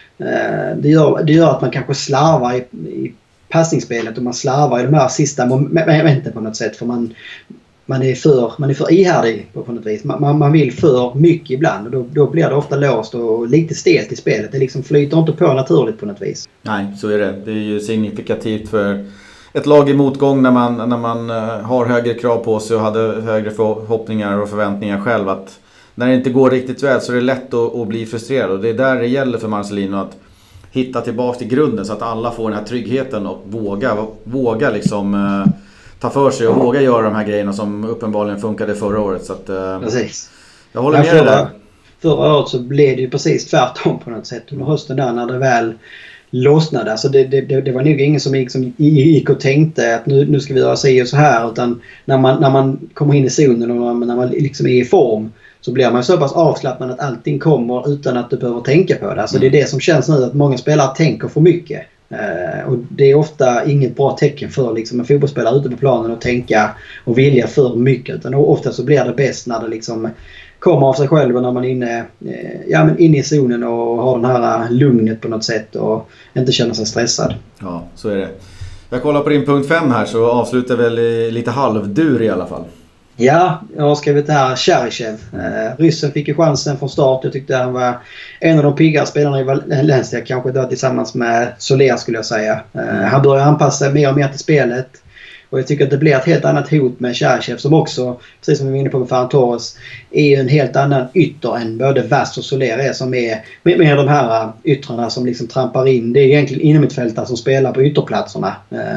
B: det gör att man kanske slarvar i passningsspelet, och man slarvar i de här sista momenten på något sätt, för man är för ihärdig på något vis. Man vill för mycket ibland, och då blir det ofta låst och lite stelt i spelet. Det liksom flyter inte på naturligt på något vis.
A: Nej, så är det. Det är ju signifikativt för ett lag i motgång när man har högre krav på sig och hade högre förhoppningar och förväntningar själv, att när det inte går riktigt väl så är det lätt att bli frustrerad. Och det är där det gäller för Marcelino, att hitta tillbaka till grunden så att alla får den här tryggheten och våga liksom ta för sig och våga göra de här grejerna som uppenbarligen funkade förra året. Så att,
B: precis.
A: Jag håller med dig där. Förra
B: året så blev det ju precis tvärtom på något sätt. Under hösten där, när det väl lossnade. Alltså det var nog ingen som gick och tänkte att nu ska vi göra sig och så här, utan när man kommer in i zonen och när man liksom är i form, så blir man så pass avslappnad att allting kommer utan att du behöver tänka på det. Alltså det är det som känns nu, att många spelare tänker för mycket. Och det är ofta inget bra tecken för liksom en fotbollsspelare ute på planen att tänka och vilja för mycket, utan ofta så blir det bäst när det liksom kommer av sig själv, och när man är inne i zonen och har den här lugnet på något sätt och inte känner sig stressad.
A: Ja, så är det. Jag kollar på din punkt 5 här, så avslutar väl lite halvdur i alla fall.
B: Ja, jag har skrivit det här. Cheryshev. Ryssen fick ju chansen från start. Jag tyckte han var en av de piggare spelarna i Valencia, kanske då tillsammans med Soler, skulle jag säga. Han börjar anpassa mer och mer till spelet. Och jag tycker att det blir ett helt annat hot med Cheryshev, som också, precis som vi var inne på med Ferran Torres, är en helt annan ytter än både Vass och Soler är, som är med de här yttrarna som liksom trampar in. Det är egentligen inomhittfältare som spelar på ytterplatserna.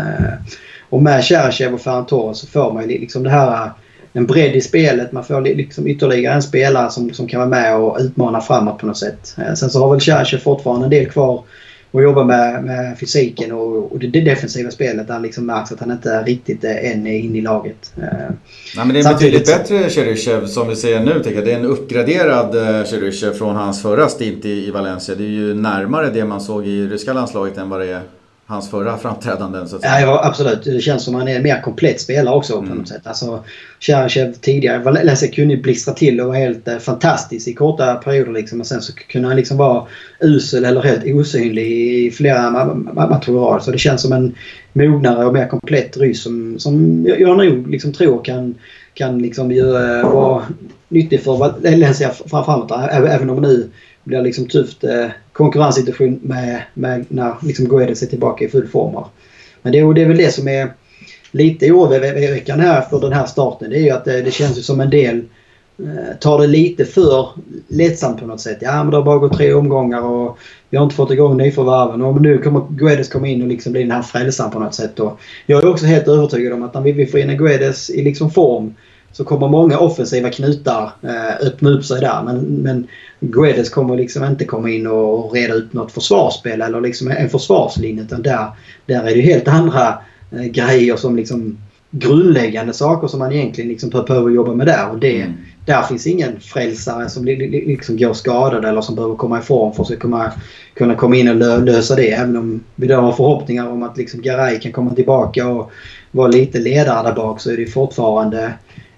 B: Och med Cheryshev och Ferran Torres så får man liksom det här, en bredd i spelet. Man får liksom ytterligare en spelare som kan vara med och utmana framåt på något sätt. Sen så har väl Cheryshev fortfarande en del kvar att jobba med fysiken och det defensiva spelet, där liksom märks att han inte riktigt än är inne i laget.
A: Nej, men det är betydligt bättre Cheryshev som vi ser nu, tycker jag. Det är en uppgraderad Cheryshev från hans förra stint i Valencia. Det är ju närmare det man såg i ryska landslaget än vad det är hans förra framträdanden så att säga.
B: Ja, absolut. Det känns som han är en mer komplett spelare också på något sätt. Alltså, Cherchev tidigare, Valencia kunde ju blistra till och vara helt fantastisk i korta perioder liksom. Och sen så kunde han liksom vara usel eller helt osynlig i flera matcher i rad. Så det känns som en mognare och mer komplett rys som jag nog liksom tror kan liksom vara nyttig för Valencia framför även om nu blir liksom tufft konkurrenssituation med när liksom Guedes är tillbaka i full form. Men det är väl det som är lite oroväckande här för den här starten. Det är ju att det känns ju som en del tar det lite för lättsamt på något sätt. Ja, men det har bara gått 3 omgångar och vi har inte fått igång nyförvärven. Och nu kommer Guedes komma in och liksom bli den här frälsaren på något sätt. Och jag är också helt övertygad om att när vi får in en Guedes i liksom form så kommer många offensiva knutar öppna upp sig där. Men Guedes kommer liksom inte komma in och reda ut något försvarsspel eller liksom en försvarslinje. Utan där är det ju helt andra grejer som liksom grundläggande saker som man egentligen liksom behöver jobba med där. Och där finns ingen frälsare som liksom går skadad eller som behöver komma i form för att kunna komma in och lösa det. Även om vi då har förhoppningar om att liksom Garay kan komma tillbaka och vara lite ledare där bak, så är det fortfarande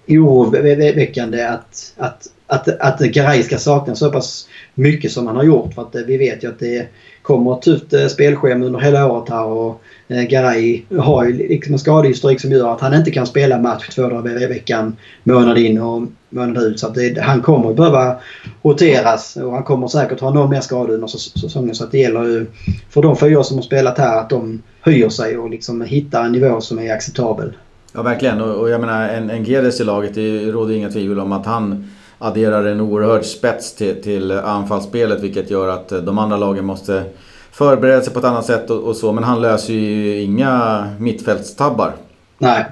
B: oroväckande att Garay ska sakna så pass mycket som han har gjort. För att vi vet ju att det kommer ett tufft spelschema under hela året här, och Garay har ju liksom en skadehistorik som gör att han inte kan spela match 2 dagar i veckan, månad in och månad ut. Så att han kommer att behöva roteras och han kommer säkert ha någon mer skador under säsongen. Så att det gäller ju för de 4 som har spelat här att de höjer sig och liksom hittar en nivå som är acceptabel.
A: Ja, verkligen. Och jag menar, en Guedes i laget, det råder inga tvivel om att han adderar en oerhörd spets till anfallsspelet, vilket gör att de andra lagen måste förbereda sig på ett annat sätt och så. Men han löser ju inga mittfältstabbar.
B: Nej.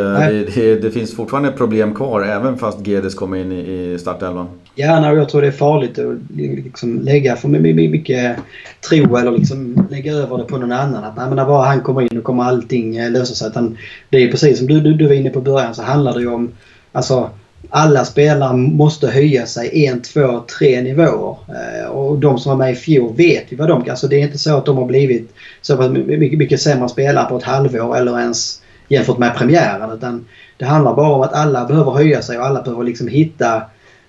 A: Det finns fortfarande problem kvar även fast Guedes kommer in i startelvan.
B: Ja, jag tror det är farligt att liksom lägga för mycket tro eller liksom lägga över det på någon annan. Att när bara han kommer in och kommer allting lösa sig. Det är precis som du var inne på början, så handlar det ju om alltså alla spelare måste höja sig 1, 2, 3 nivåer. Och de som var med i fjol vet ju vad de kan. Alltså det är inte så att de har blivit så mycket sämre spelare på ett halvår eller ens jämfört med premiären. Utan det handlar bara om att alla behöver höja sig och alla behöver liksom hitta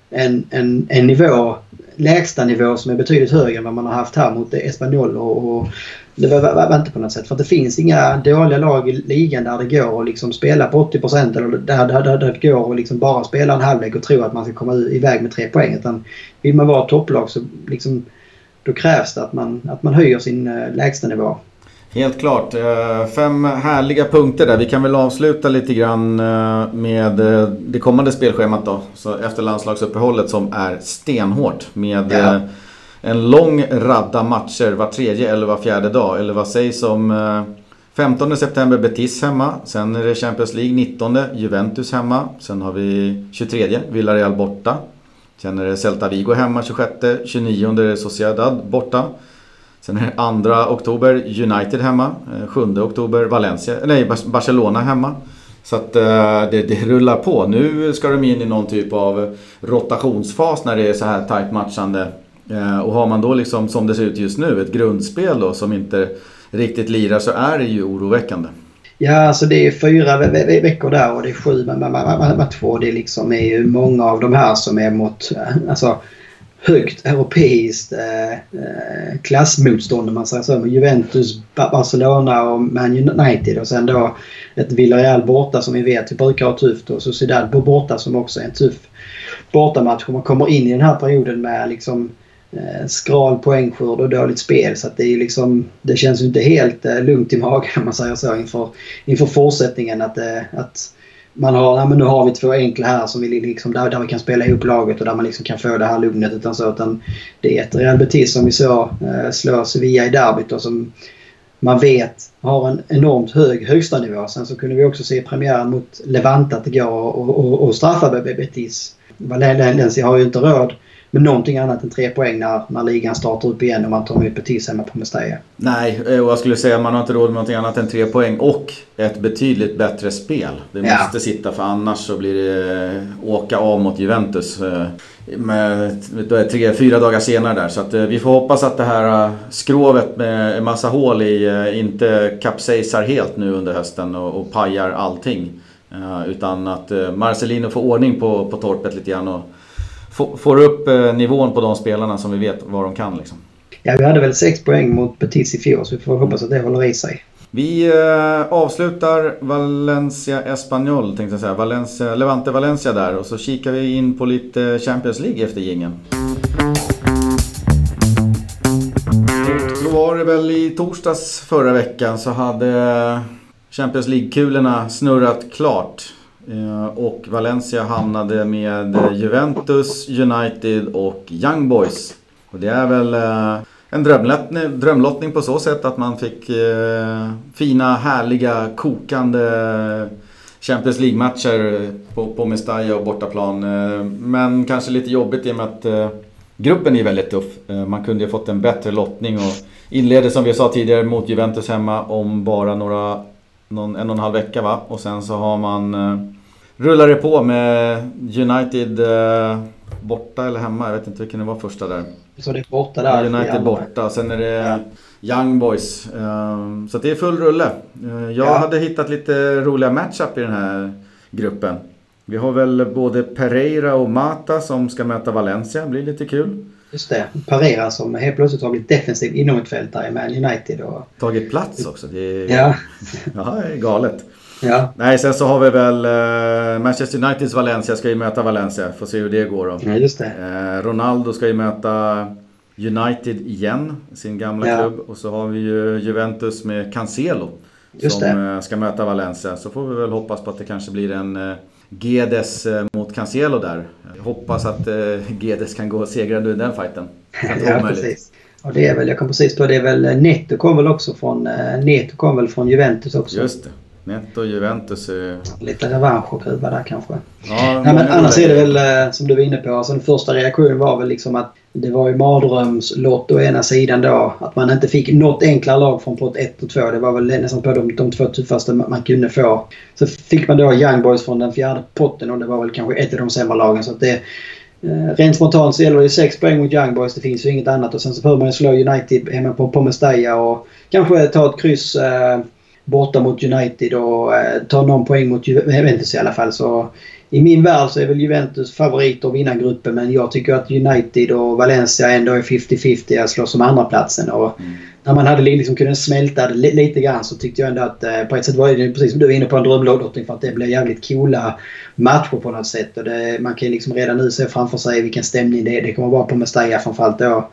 B: en nivå, lägsta nivå som är betydligt högre än vad man har haft här mot Espanyol och det var inte på något sätt. För att det finns inga dåliga lag i ligan där det går att liksom spela på 80% eller där det går att liksom bara spela en halvlek och tro att man ska komma iväg med 3 poäng. Utan vill man vara topplag så liksom, då krävs det att man höjer sin lägsta nivå.
A: Helt klart. 5 härliga punkter där. Vi kan väl avsluta lite grann med det kommande spelschemat då. Så efter landslagsuppehållet som är stenhårt med en lång radda matcher var 3:e eller var 4:e dag. Eller vad sägs om 15 september Betis hemma. Sen är det Champions League 19, Juventus hemma. Sen har vi 23 Villarreal borta. Sen är det Celta Vigo hemma 26, 29 är det Sociedad borta. Sen är det 2 oktober United hemma, 7 oktober Barcelona hemma. Så att det rullar på. Nu ska de in i någon typ av rotationsfas när det är så här tajt matchande. Och har man då liksom, som det ser ut just nu, ett grundspel då, som inte riktigt lirar, så är det ju oroväckande.
B: Ja, alltså det är 4 veckor där och det är 7 matcher. Det liksom är ju många av de här som är mot alltså högt europeiskt klassmotstånd, man säger så, med Juventus, Barcelona och Man United, och sen då ett Villarreal borta som vi vet vi brukar ha tufft, och Sociedad borta som också är en tuff bortamatch. Man kommer in i den här perioden med liksom skral poängskörd och dåligt spel, så att det är liksom, det känns ju inte helt lugnt i magen, man säger så, inför fortsättningen att man har, men nu har vi 2 enkla här som vi liksom, där vi kan spela ihop laget och där man liksom kan få det här lugnet, utan det är ett Real Betis som vi så slår Sevilla i derbyt och som man vet har en enormt hög högsta nivå. Sen så kunde vi också se premiären mot Levante att det går och straffa Betis. Valencia har ju inte råd med någonting annat än 3 poäng när ligan startar upp igen och man tar emot Betis hemma på Mestalla.
A: Nej, och jag skulle säga att man har inte råd med någonting annat än 3 poäng och ett betydligt bättre spel. Det måste sitta, för annars så blir det åka av mot Juventus med 3-4 dagar senare där. Så att vi får hoppas att det här skrovet med en massa hål i inte kapsejsar helt nu under hösten och pajar allting. Utan att Marcelino får ordning på torpet lite grann och får upp nivån på de spelarna som vi vet vad de kan liksom.
B: Ja, vi hade väl 6 poäng mot Betis i fjol, så vi får hoppas att det håller i sig.
A: Vi avslutar Valencia Espanyol, tänkte jag säga. Levante Valencia där, och så kikar vi in på lite Champions League efter gängen. Så var det väl i torsdags förra veckan så hade Champions League-kulorna snurrat klart. Och Valencia hamnade med Juventus, United och Young Boys. Och det är väl en drömlottning på så sätt att man fick fina, härliga, kokande Champions League-matcher på Mestalla och bortaplan. Men kanske lite jobbigt i och med att gruppen är väldigt tuff. Man kunde ju fått en bättre lottning och inledde, som vi sa tidigare, mot Juventus hemma om bara en och en halv vecka, va? Och sen så har man rullar det på med United borta eller hemma. Jag vet inte vilken det var första där.
B: Så det är borta där.
A: United borta. Sen är det Young Boys. Så det är full rulle. Jag hade hittat lite roliga matchup i den här gruppen. Vi har väl både Pereira och Mata som ska möta Valencia. Det blir lite kul.
B: Just det. Pereira som helt plötsligt har blivit defensiv inom ett fält där i Man United. Och
A: tagit plats också. Det är,
B: ja,
A: det är galet.
B: Ja.
A: Nej, sen så har vi väl Manchester Uniteds Valencia ska ju möta Valencia. Får se hur det går då.
B: Ja, just det.
A: Ronaldo ska ju möta United igen, sin gamla klubb. Och så har vi ju Juventus med Cancelo som ska möta Valencia. Så får vi väl hoppas på att det kanske blir en Guedes mot Cancelo där. Jag hoppas att Guedes kan gå segrande i den fighten.
B: Ja, precis. Och det är väl, jag kan precis på det är väl Neto kom väl från Juventus också.
A: Just det. Neto Juventus.
B: Lite revansch och kuba där kanske.
A: Ja,
B: nej, men annars är det väl som du var inne på. Alltså, den första reaktionen var väl liksom att det var ju mardrömslott å ena sidan då. Att man inte fick något enklare lag från pott 1 och 2. Det var väl nästan på de 2 tuffaste man kunde få. Så fick man då Young Boys från den 4:e potten och det var väl kanske ett av de sämre lagen. Så att det rent spontant så gäller det 6 poäng mot Young Boys. Det finns ju inget annat. Och sen så behöver man ju slå United hemma på Mestalla och kanske ta ett kryss borta mot United och ta någon poäng mot Juventus i alla fall. Så i min värld så är väl Juventus favorit att vinna gruppen, men jag tycker att United och Valencia ändå är 50-50 att slå som andra platsen. Och när man hade liksom kunnat smälta det lite grann så tyckte jag ändå att på ett sätt var det precis som du var inne på en drömlottning, för att det blev jävligt coola matcher på något sätt. Och man kan liksom redan nu se framför sig vilken stämning det kommer vara på Mestalla, framförallt då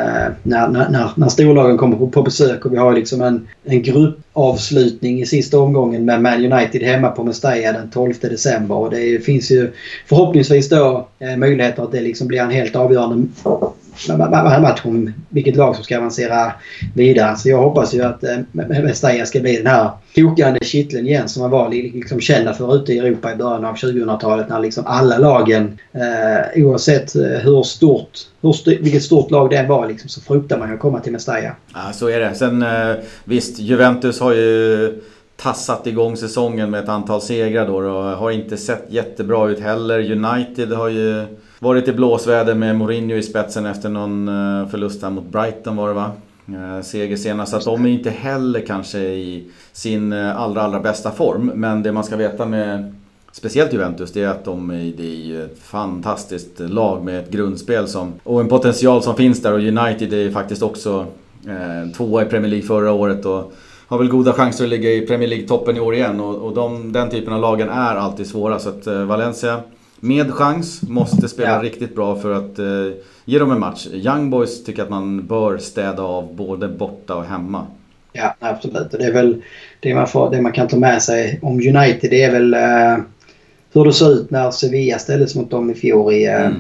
B: när storlagen kommer på besök, och vi har liksom en gruppavslutning i sista omgången med Man United hemma på Mestalla den 12 december, och det finns ju förhoppningsvis då möjligheter att det liksom blir en helt avgörande match om vilket lag som ska avancera vidare. Så jag hoppas ju att Mestalla ska bli den här kokande kitteln igen som man var liksom kända för ute i Europa i början av 2000-talet, när liksom alla lagen oavsett vilket stort lag det var liksom, så fruktar man att komma till Mestalla.
A: Ja, så är det. Sen visst, Juventus har ju tassat igång säsongen med ett antal segrar då och har inte sett jättebra ut heller. United har ju varit i blåsväder med Mourinho i spetsen efter någon förlust här mot Brighton var det, va? Seger senast. Så att de är inte heller kanske i sin allra bästa form. Men det man ska veta med speciellt Juventus, det är att det är ett fantastiskt lag med ett grundspel och en potential som finns där. Och United är faktiskt också 2 i Premier League förra året och har väl goda chanser att ligga i Premier League-toppen i år igen. Och den typen av lagen är alltid svåra. Så att Valencia med chans måste spela riktigt bra för att ge dem en match. Young Boys tycker att man bör städa av både borta och hemma. Ja,
B: absolut. Och det är väl det man kan ta med sig om United. Det är väl hur det såg ut när Sevilla ställdes mot dem i fjol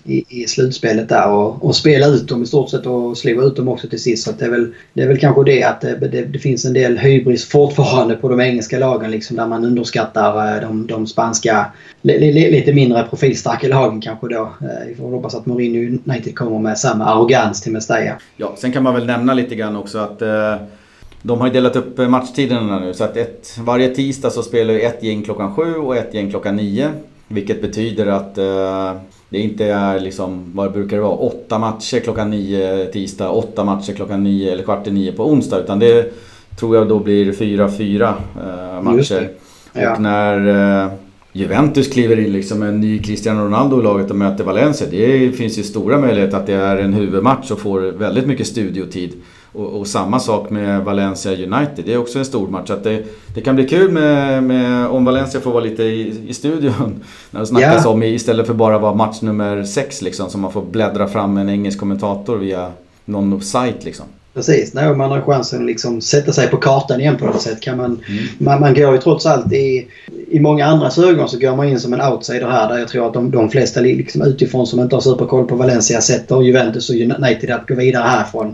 B: i slutspelet där och spela ut dem i stort sett och slå ut dem också till sist. Så att det är väl kanske det att det finns en del hybris fortfarande på de engelska lagen liksom, där man underskattar de spanska lite mindre profilstarka lagen kanske då. Vi får hoppas att Mourinho United kommer med samma arrogans till Mestalla.
A: Ja, sen kan man väl nämna lite grann också att de har ju delat upp matchtiderna nu, så att varje tisdag så spelar ett gäng klockan 7 och ett gäng klockan 9. Vilket betyder att det inte är liksom, vad brukar det vara, 8 matcher klockan 9 tisdag, 8 matcher klockan 9 eller 8:15 på onsdag. Utan det tror jag då blir 4 matcher. Ja. Och när Juventus kliver in liksom en ny Cristiano Ronaldo i laget och möter Valencia, det finns ju stora möjligheter att det är en huvudmatch och får väldigt mycket studiotid. Och samma sak med Valencia United, det är också en stor match. Att det kan bli kul med om Valencia får vara lite i studion när det snackas om istället för bara vara match nummer 6 liksom, som man får bläddra fram en engelsk kommentator via någon sajt liksom. Precis,
B: när man har chansen att liksom sätta sig på kartan igen på något sätt kan man går ju trots allt i många andra ögon så går man in som en outsider här, där jag tror att de flesta liksom utifrån som inte har superkoll på Valencia sätter Juventus och United att gå vidare härifrån.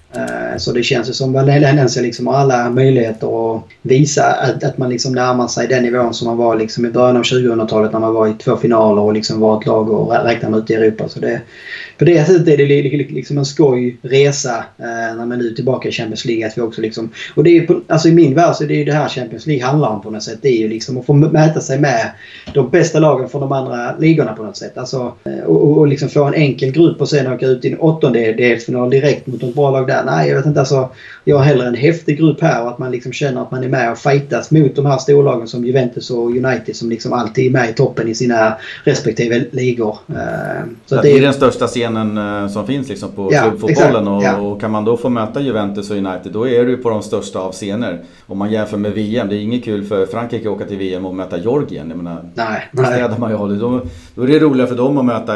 B: Så det känns ju som Valencia liksom har alla möjligheter att visa att man liksom närmar sig den nivån som man var liksom i början av 2000-talet när man var i 2 finaler och liksom var ett lag och räknade ut i Europa. Så på det sättet är det liksom en skoj resa när man nu är tillbaka i Champions League. Att vi också liksom, och det är ju alltså i min värld så är det ju det här Champions League handlar om på något sätt. Det är ju liksom att få mäta sig med de bästa lagen från de andra ligorna på något sätt. Alltså, och liksom få en enkel grupp och sen åka ut i en 8:e-delsfinal direkt mot ett bra lag där. Nej, jag vet inte. Alltså, jag har hellre en häftig grupp här och att man liksom känner att man är med och fightas mot de här storlagen som Juventus och United som liksom alltid är med i toppen i sina respektive ligor.
A: Så det är den största scenen som finns liksom på klubbfotbollen och kan man då få möta Juventus och United, då är du på de största av scener. Om man jämför med VM, det är inget kul för Frankrike att åka till VM och möta Georgien. Jag menar, städer man ju håller. Då är det roligare för dem att möta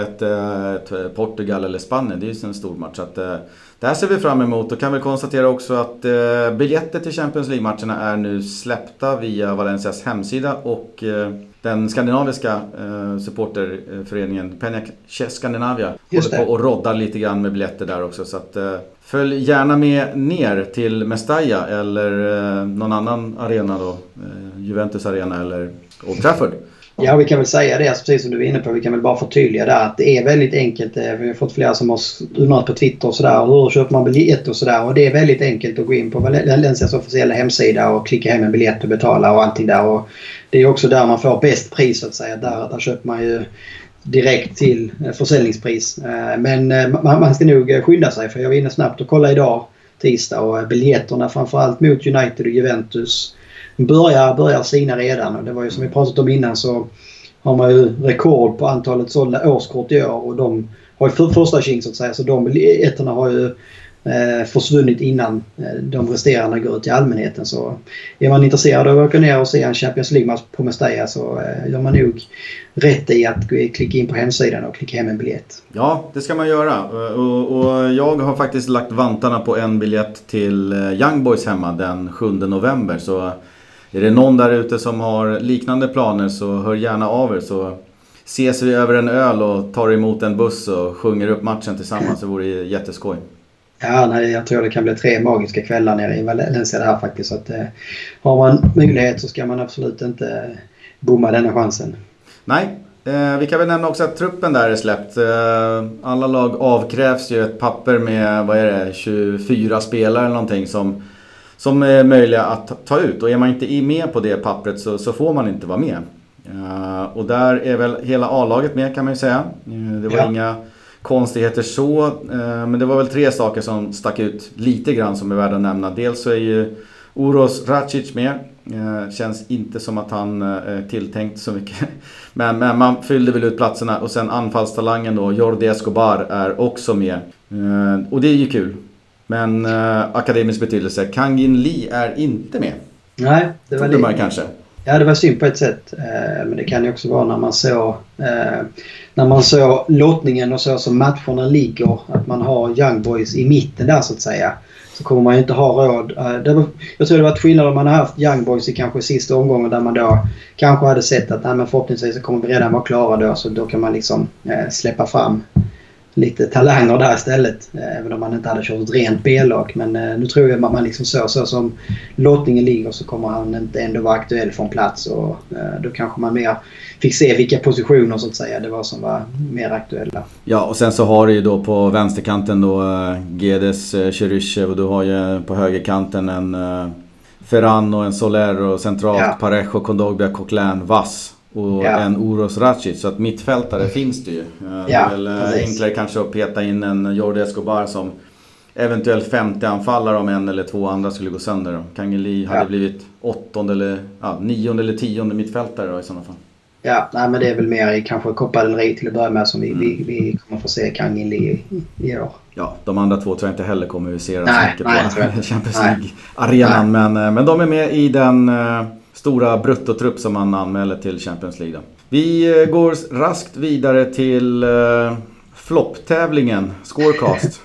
A: ett Portugal eller Spanien. Det är ju en stor match. Så att, det här ser vi fram emot och kan väl konstatera också att biljetter till Champions League-matcherna är nu släppta via Valencias hemsida och den skandinaviska supporterföreningen Peña Skandinavia håller på och roddar lite grann med biljetter där också. Så att, följ gärna med ner till Mestalla eller någon annan arena då, Juventus arena eller Old Trafford.
B: Ja, vi kan väl säga det, precis som du var inne på. Vi kan väl bara förtydliga där att det är väldigt enkelt. Vi har fått flera som har undrat på Twitter och sådär. Hur köper man biljett och sådär. Och det är väldigt enkelt att gå in på Valencias officiella hemsida och klicka hem en biljett och betala och allting där. Och det är också där man får bäst pris så att säga. Där köper man ju direkt till försäljningspris. Men man ska nog skynda sig, för jag var inne snabbt och kolla idag, tisdag, och biljetterna framförallt mot United och Juventus börjar sina redan. Och det var ju som vi pratat om innan, så har man ju rekord på antalet sålda årskort i år och de har ju första chans så att säga, så de biljetterna har ju försvunnit innan de resterande går ut till allmänheten. Så är man intresserad av att åka ner och se en Champions League-match på Mestalla, så gör man nog rätt i att klicka in på hemsidan och klicka hem en biljett.
A: Ja, det ska man göra. Och jag har faktiskt lagt vantarna på en biljett till Young Boys hemma den 7 november. Så är det någon där ute som har liknande planer, så hör gärna av er, så ses vi över en öl och tar emot en buss och sjunger upp matchen tillsammans. Det vore jätteskoj.
B: Ja, nej, jag tror det kan bli 3 magiska kvällar nere i Valencia det här faktiskt. Så att, har man möjlighet så ska man absolut inte bomma denna chansen.
A: Nej, vi kan väl nämna också att truppen där är släppt. Alla lag avkrävs ju ett papper med 24 spelare eller någonting som är möjliga att ta ut. Och är man inte med på det pappret så får man inte vara med. Och där är väl hela A-laget med, kan man ju säga. Det var inga konstigheter så, men det var väl 3 saker som stack ut lite grann som är värda att nämna. Dels så är ju Uros Racic med. Känns inte som att han är tilltänkt så mycket. Men man fyllde väl ut platserna. Och sen anfallstalangen då, Jordi Escobar är också med. Och det är ju kul. Men akademisk betydelse, Kangin Lee är inte med.
B: Nej, det var
A: det. Man kanske.
B: Ja, det var synd på ett sätt. Men det kan ju också vara när man såg lottningen och så som matcherna ligger, att man har Young Boys i mitten där så att säga. Så kommer man ju inte ha råd. Jag tror det var ett skillnad om man har haft Young Boys i kanske sista omgången där man då kanske hade sett att men förhoppningsvis så kommer vi redan vara klara då. Så då kan man liksom släppa fram lite talanger där istället. Även om man inte hade kört ett rent B-lag. Men nu tror jag att man liksom så som lottningen ligger så kommer han inte ändå vara aktuell från plats. Och då kanske man mer fick se vilka positioner så att säga det var som var mer aktuella.
A: Ja, och sen så har du ju då på vänsterkanten då Gedes, Cheryshev, och du har ju på högerkanten en Ferran och en Soler och centralt Parejo, Kondogbia, Coquelin, Vass och en Uros Racic. Så att mittfältare finns det ju. Det är väl enklare kanske att peta in en Jordi Escobar som eventuellt 50 anfallare om en eller två andra skulle gå sönder då. Kangeli hade blivit 8:e eller 9:e eller 10:e mittfältare då i sådana fall. Ja,
B: nej, men det är väl mer i kanske Copa del Rey till att börja med som vi kommer få se Kangeli i år.
A: Ja, de andra två tror jag inte heller kommer att se så mycket på Champions League-arenan. Men de är med i den stora bruttotrupp som man anmäler till Champions League. Vi går raskt vidare till flopptävlingen, Scorecast.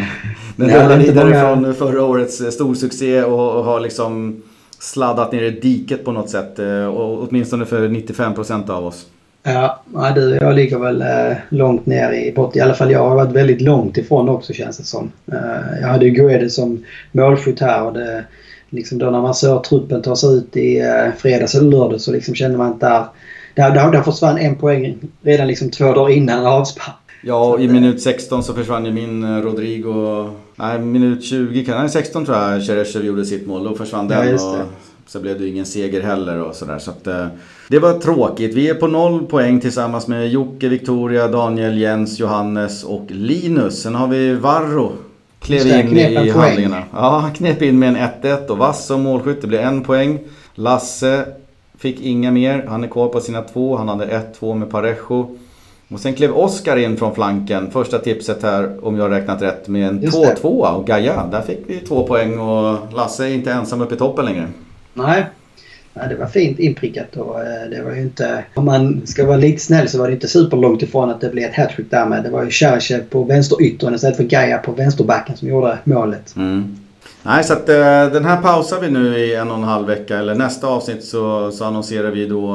A: Den rullade vidare från förra årets storsuccé och har liksom sladdat ner i diket på något sätt. Och åtminstone för 95% av oss.
B: Ja, jag ligger väl långt ner i botten. I alla fall jag har varit väldigt långt ifrån också känns det som. Jag hade ju Guedes som målskytt här och det, liksom då när man såg truppen ta sig ut i fredags eller lördag så liksom kände man att där försvann en poäng redan liksom 2 dagar innan avspark.
A: Ja, och i minut 16 så försvann ju min Rodrigo. Nej, minut 20 16 tror jag Cheryshev gjorde sitt mål. Då försvann den och så blev det ingen seger heller och sådär. Så att det var tråkigt. Vi är på 0 poäng tillsammans med Jocke, Victoria, Daniel, Jens, Johannes och Linus. Sen har vi Varro. Klev in i handlingarna. Ja, knep in med en 1-1 och Vass som målskytt. Det blev 1 poäng. Lasse fick inga mer. Han är kvar på sina 2. Han hade 1-2 med Parejo. Och sen klev Oskar in från flanken. Första tipset här, om jag har räknat rätt, med en 2-2 och Gaia. Där fick vi 2 poäng och Lasse är inte ensam upp i toppen längre.
B: Nej, det var fint inprickat och det var ju inte, om man ska vara lite snäll så var det inte superlångt ifrån att det blev ett hattrick där med. Det var ju Cheryshev på vänsteryttern istället för Gaia på vänsterbacken som gjorde målet.
A: Nej, så att den här pausar vi nu i 1,5 vecka. Eller nästa avsnitt så annonserar vi då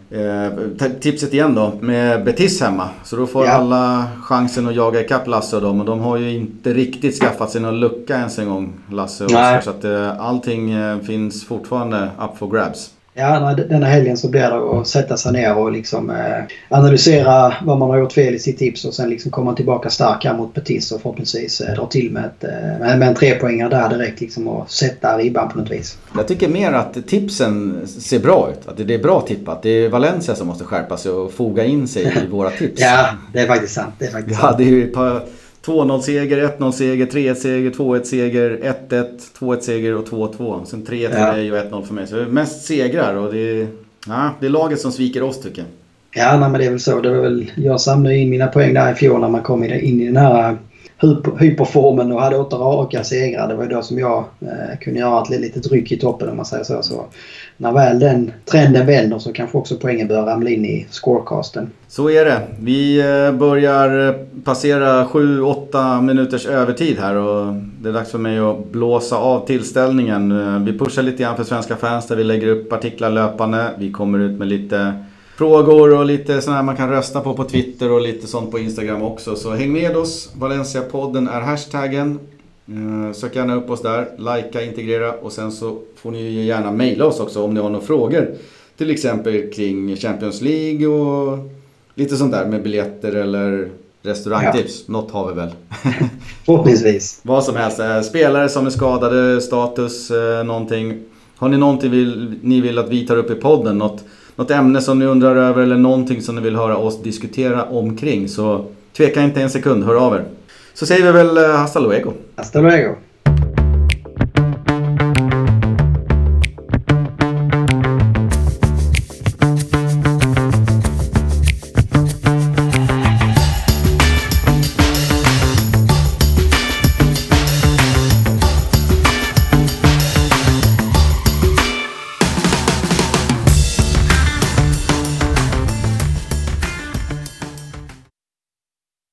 A: tipset igen då med Betis hemma. Så då får alla chansen att jaga ikapp Lasse och dem. Och de har ju inte riktigt skaffat sig någon lucka ens en gång, Lasse och Oskar. Så att allting finns fortfarande up for grabs.
B: Ja, denna helgen så blir det att sätta sig ner och liksom analysera vad man har gjort fel i sitt tips och sen liksom komma tillbaka stark här mot Betis och förhoppningsvis dra till med en 3-poängare där direkt liksom och sätta ribban på något vis.
A: Jag tycker mer att tipsen ser bra ut. Att det är bra tippat. Det är Valencia som måste skärpa sig och foga in sig i våra tips.
B: Ja, det är faktiskt sant.
A: Vi hade ju ett par 2-0-seger, 1-0-seger, 3-1-seger, 2-1-seger, 1-1, 2-1-seger och 2-2. Sen 3-1 för dig och 1-0 för mig. Så det är mest segrar och det är laget som sviker oss tycker jag.
B: Ja, men det är väl så. Det var väl, jag samlade in mina poäng där i fjol när man kom in i den här hyperformen och hade 8 raka segrar. Det var ju då som jag kunde göra ett litet ryck i toppen om man säger så. Så när väl den trenden vänder så kanske också poängen bör ramla in i scorecasten.
A: Så är det. Vi börjar passera 7-8 minuters övertid här och det är dags för mig att blåsa av tillställningen. Vi pushar lite grann för svenska fans där vi lägger upp artiklar löpande. Vi kommer ut med lite frågor och lite sådana här man kan rösta på Twitter och lite sånt på Instagram också. Så häng med oss. Valencia-podden är hashtaggen. Sök gärna upp oss där. Likea, integrera och sen så får ni gärna mejla oss också om ni har några frågor. Till exempel kring Champions League och lite sånt där med biljetter eller restaurangtips. Ja. Något har vi väl.
B: Förhoppningsvis.
A: Vad som helst. Spelare som är skadade, status, någonting. Har ni någonting ni vill att vi tar upp i podden? Något ämne som ni undrar över eller någonting som ni vill höra oss diskutera omkring. Så tveka inte en sekund, hör av er. Så säger vi väl hasta luego.
B: Hasta luego.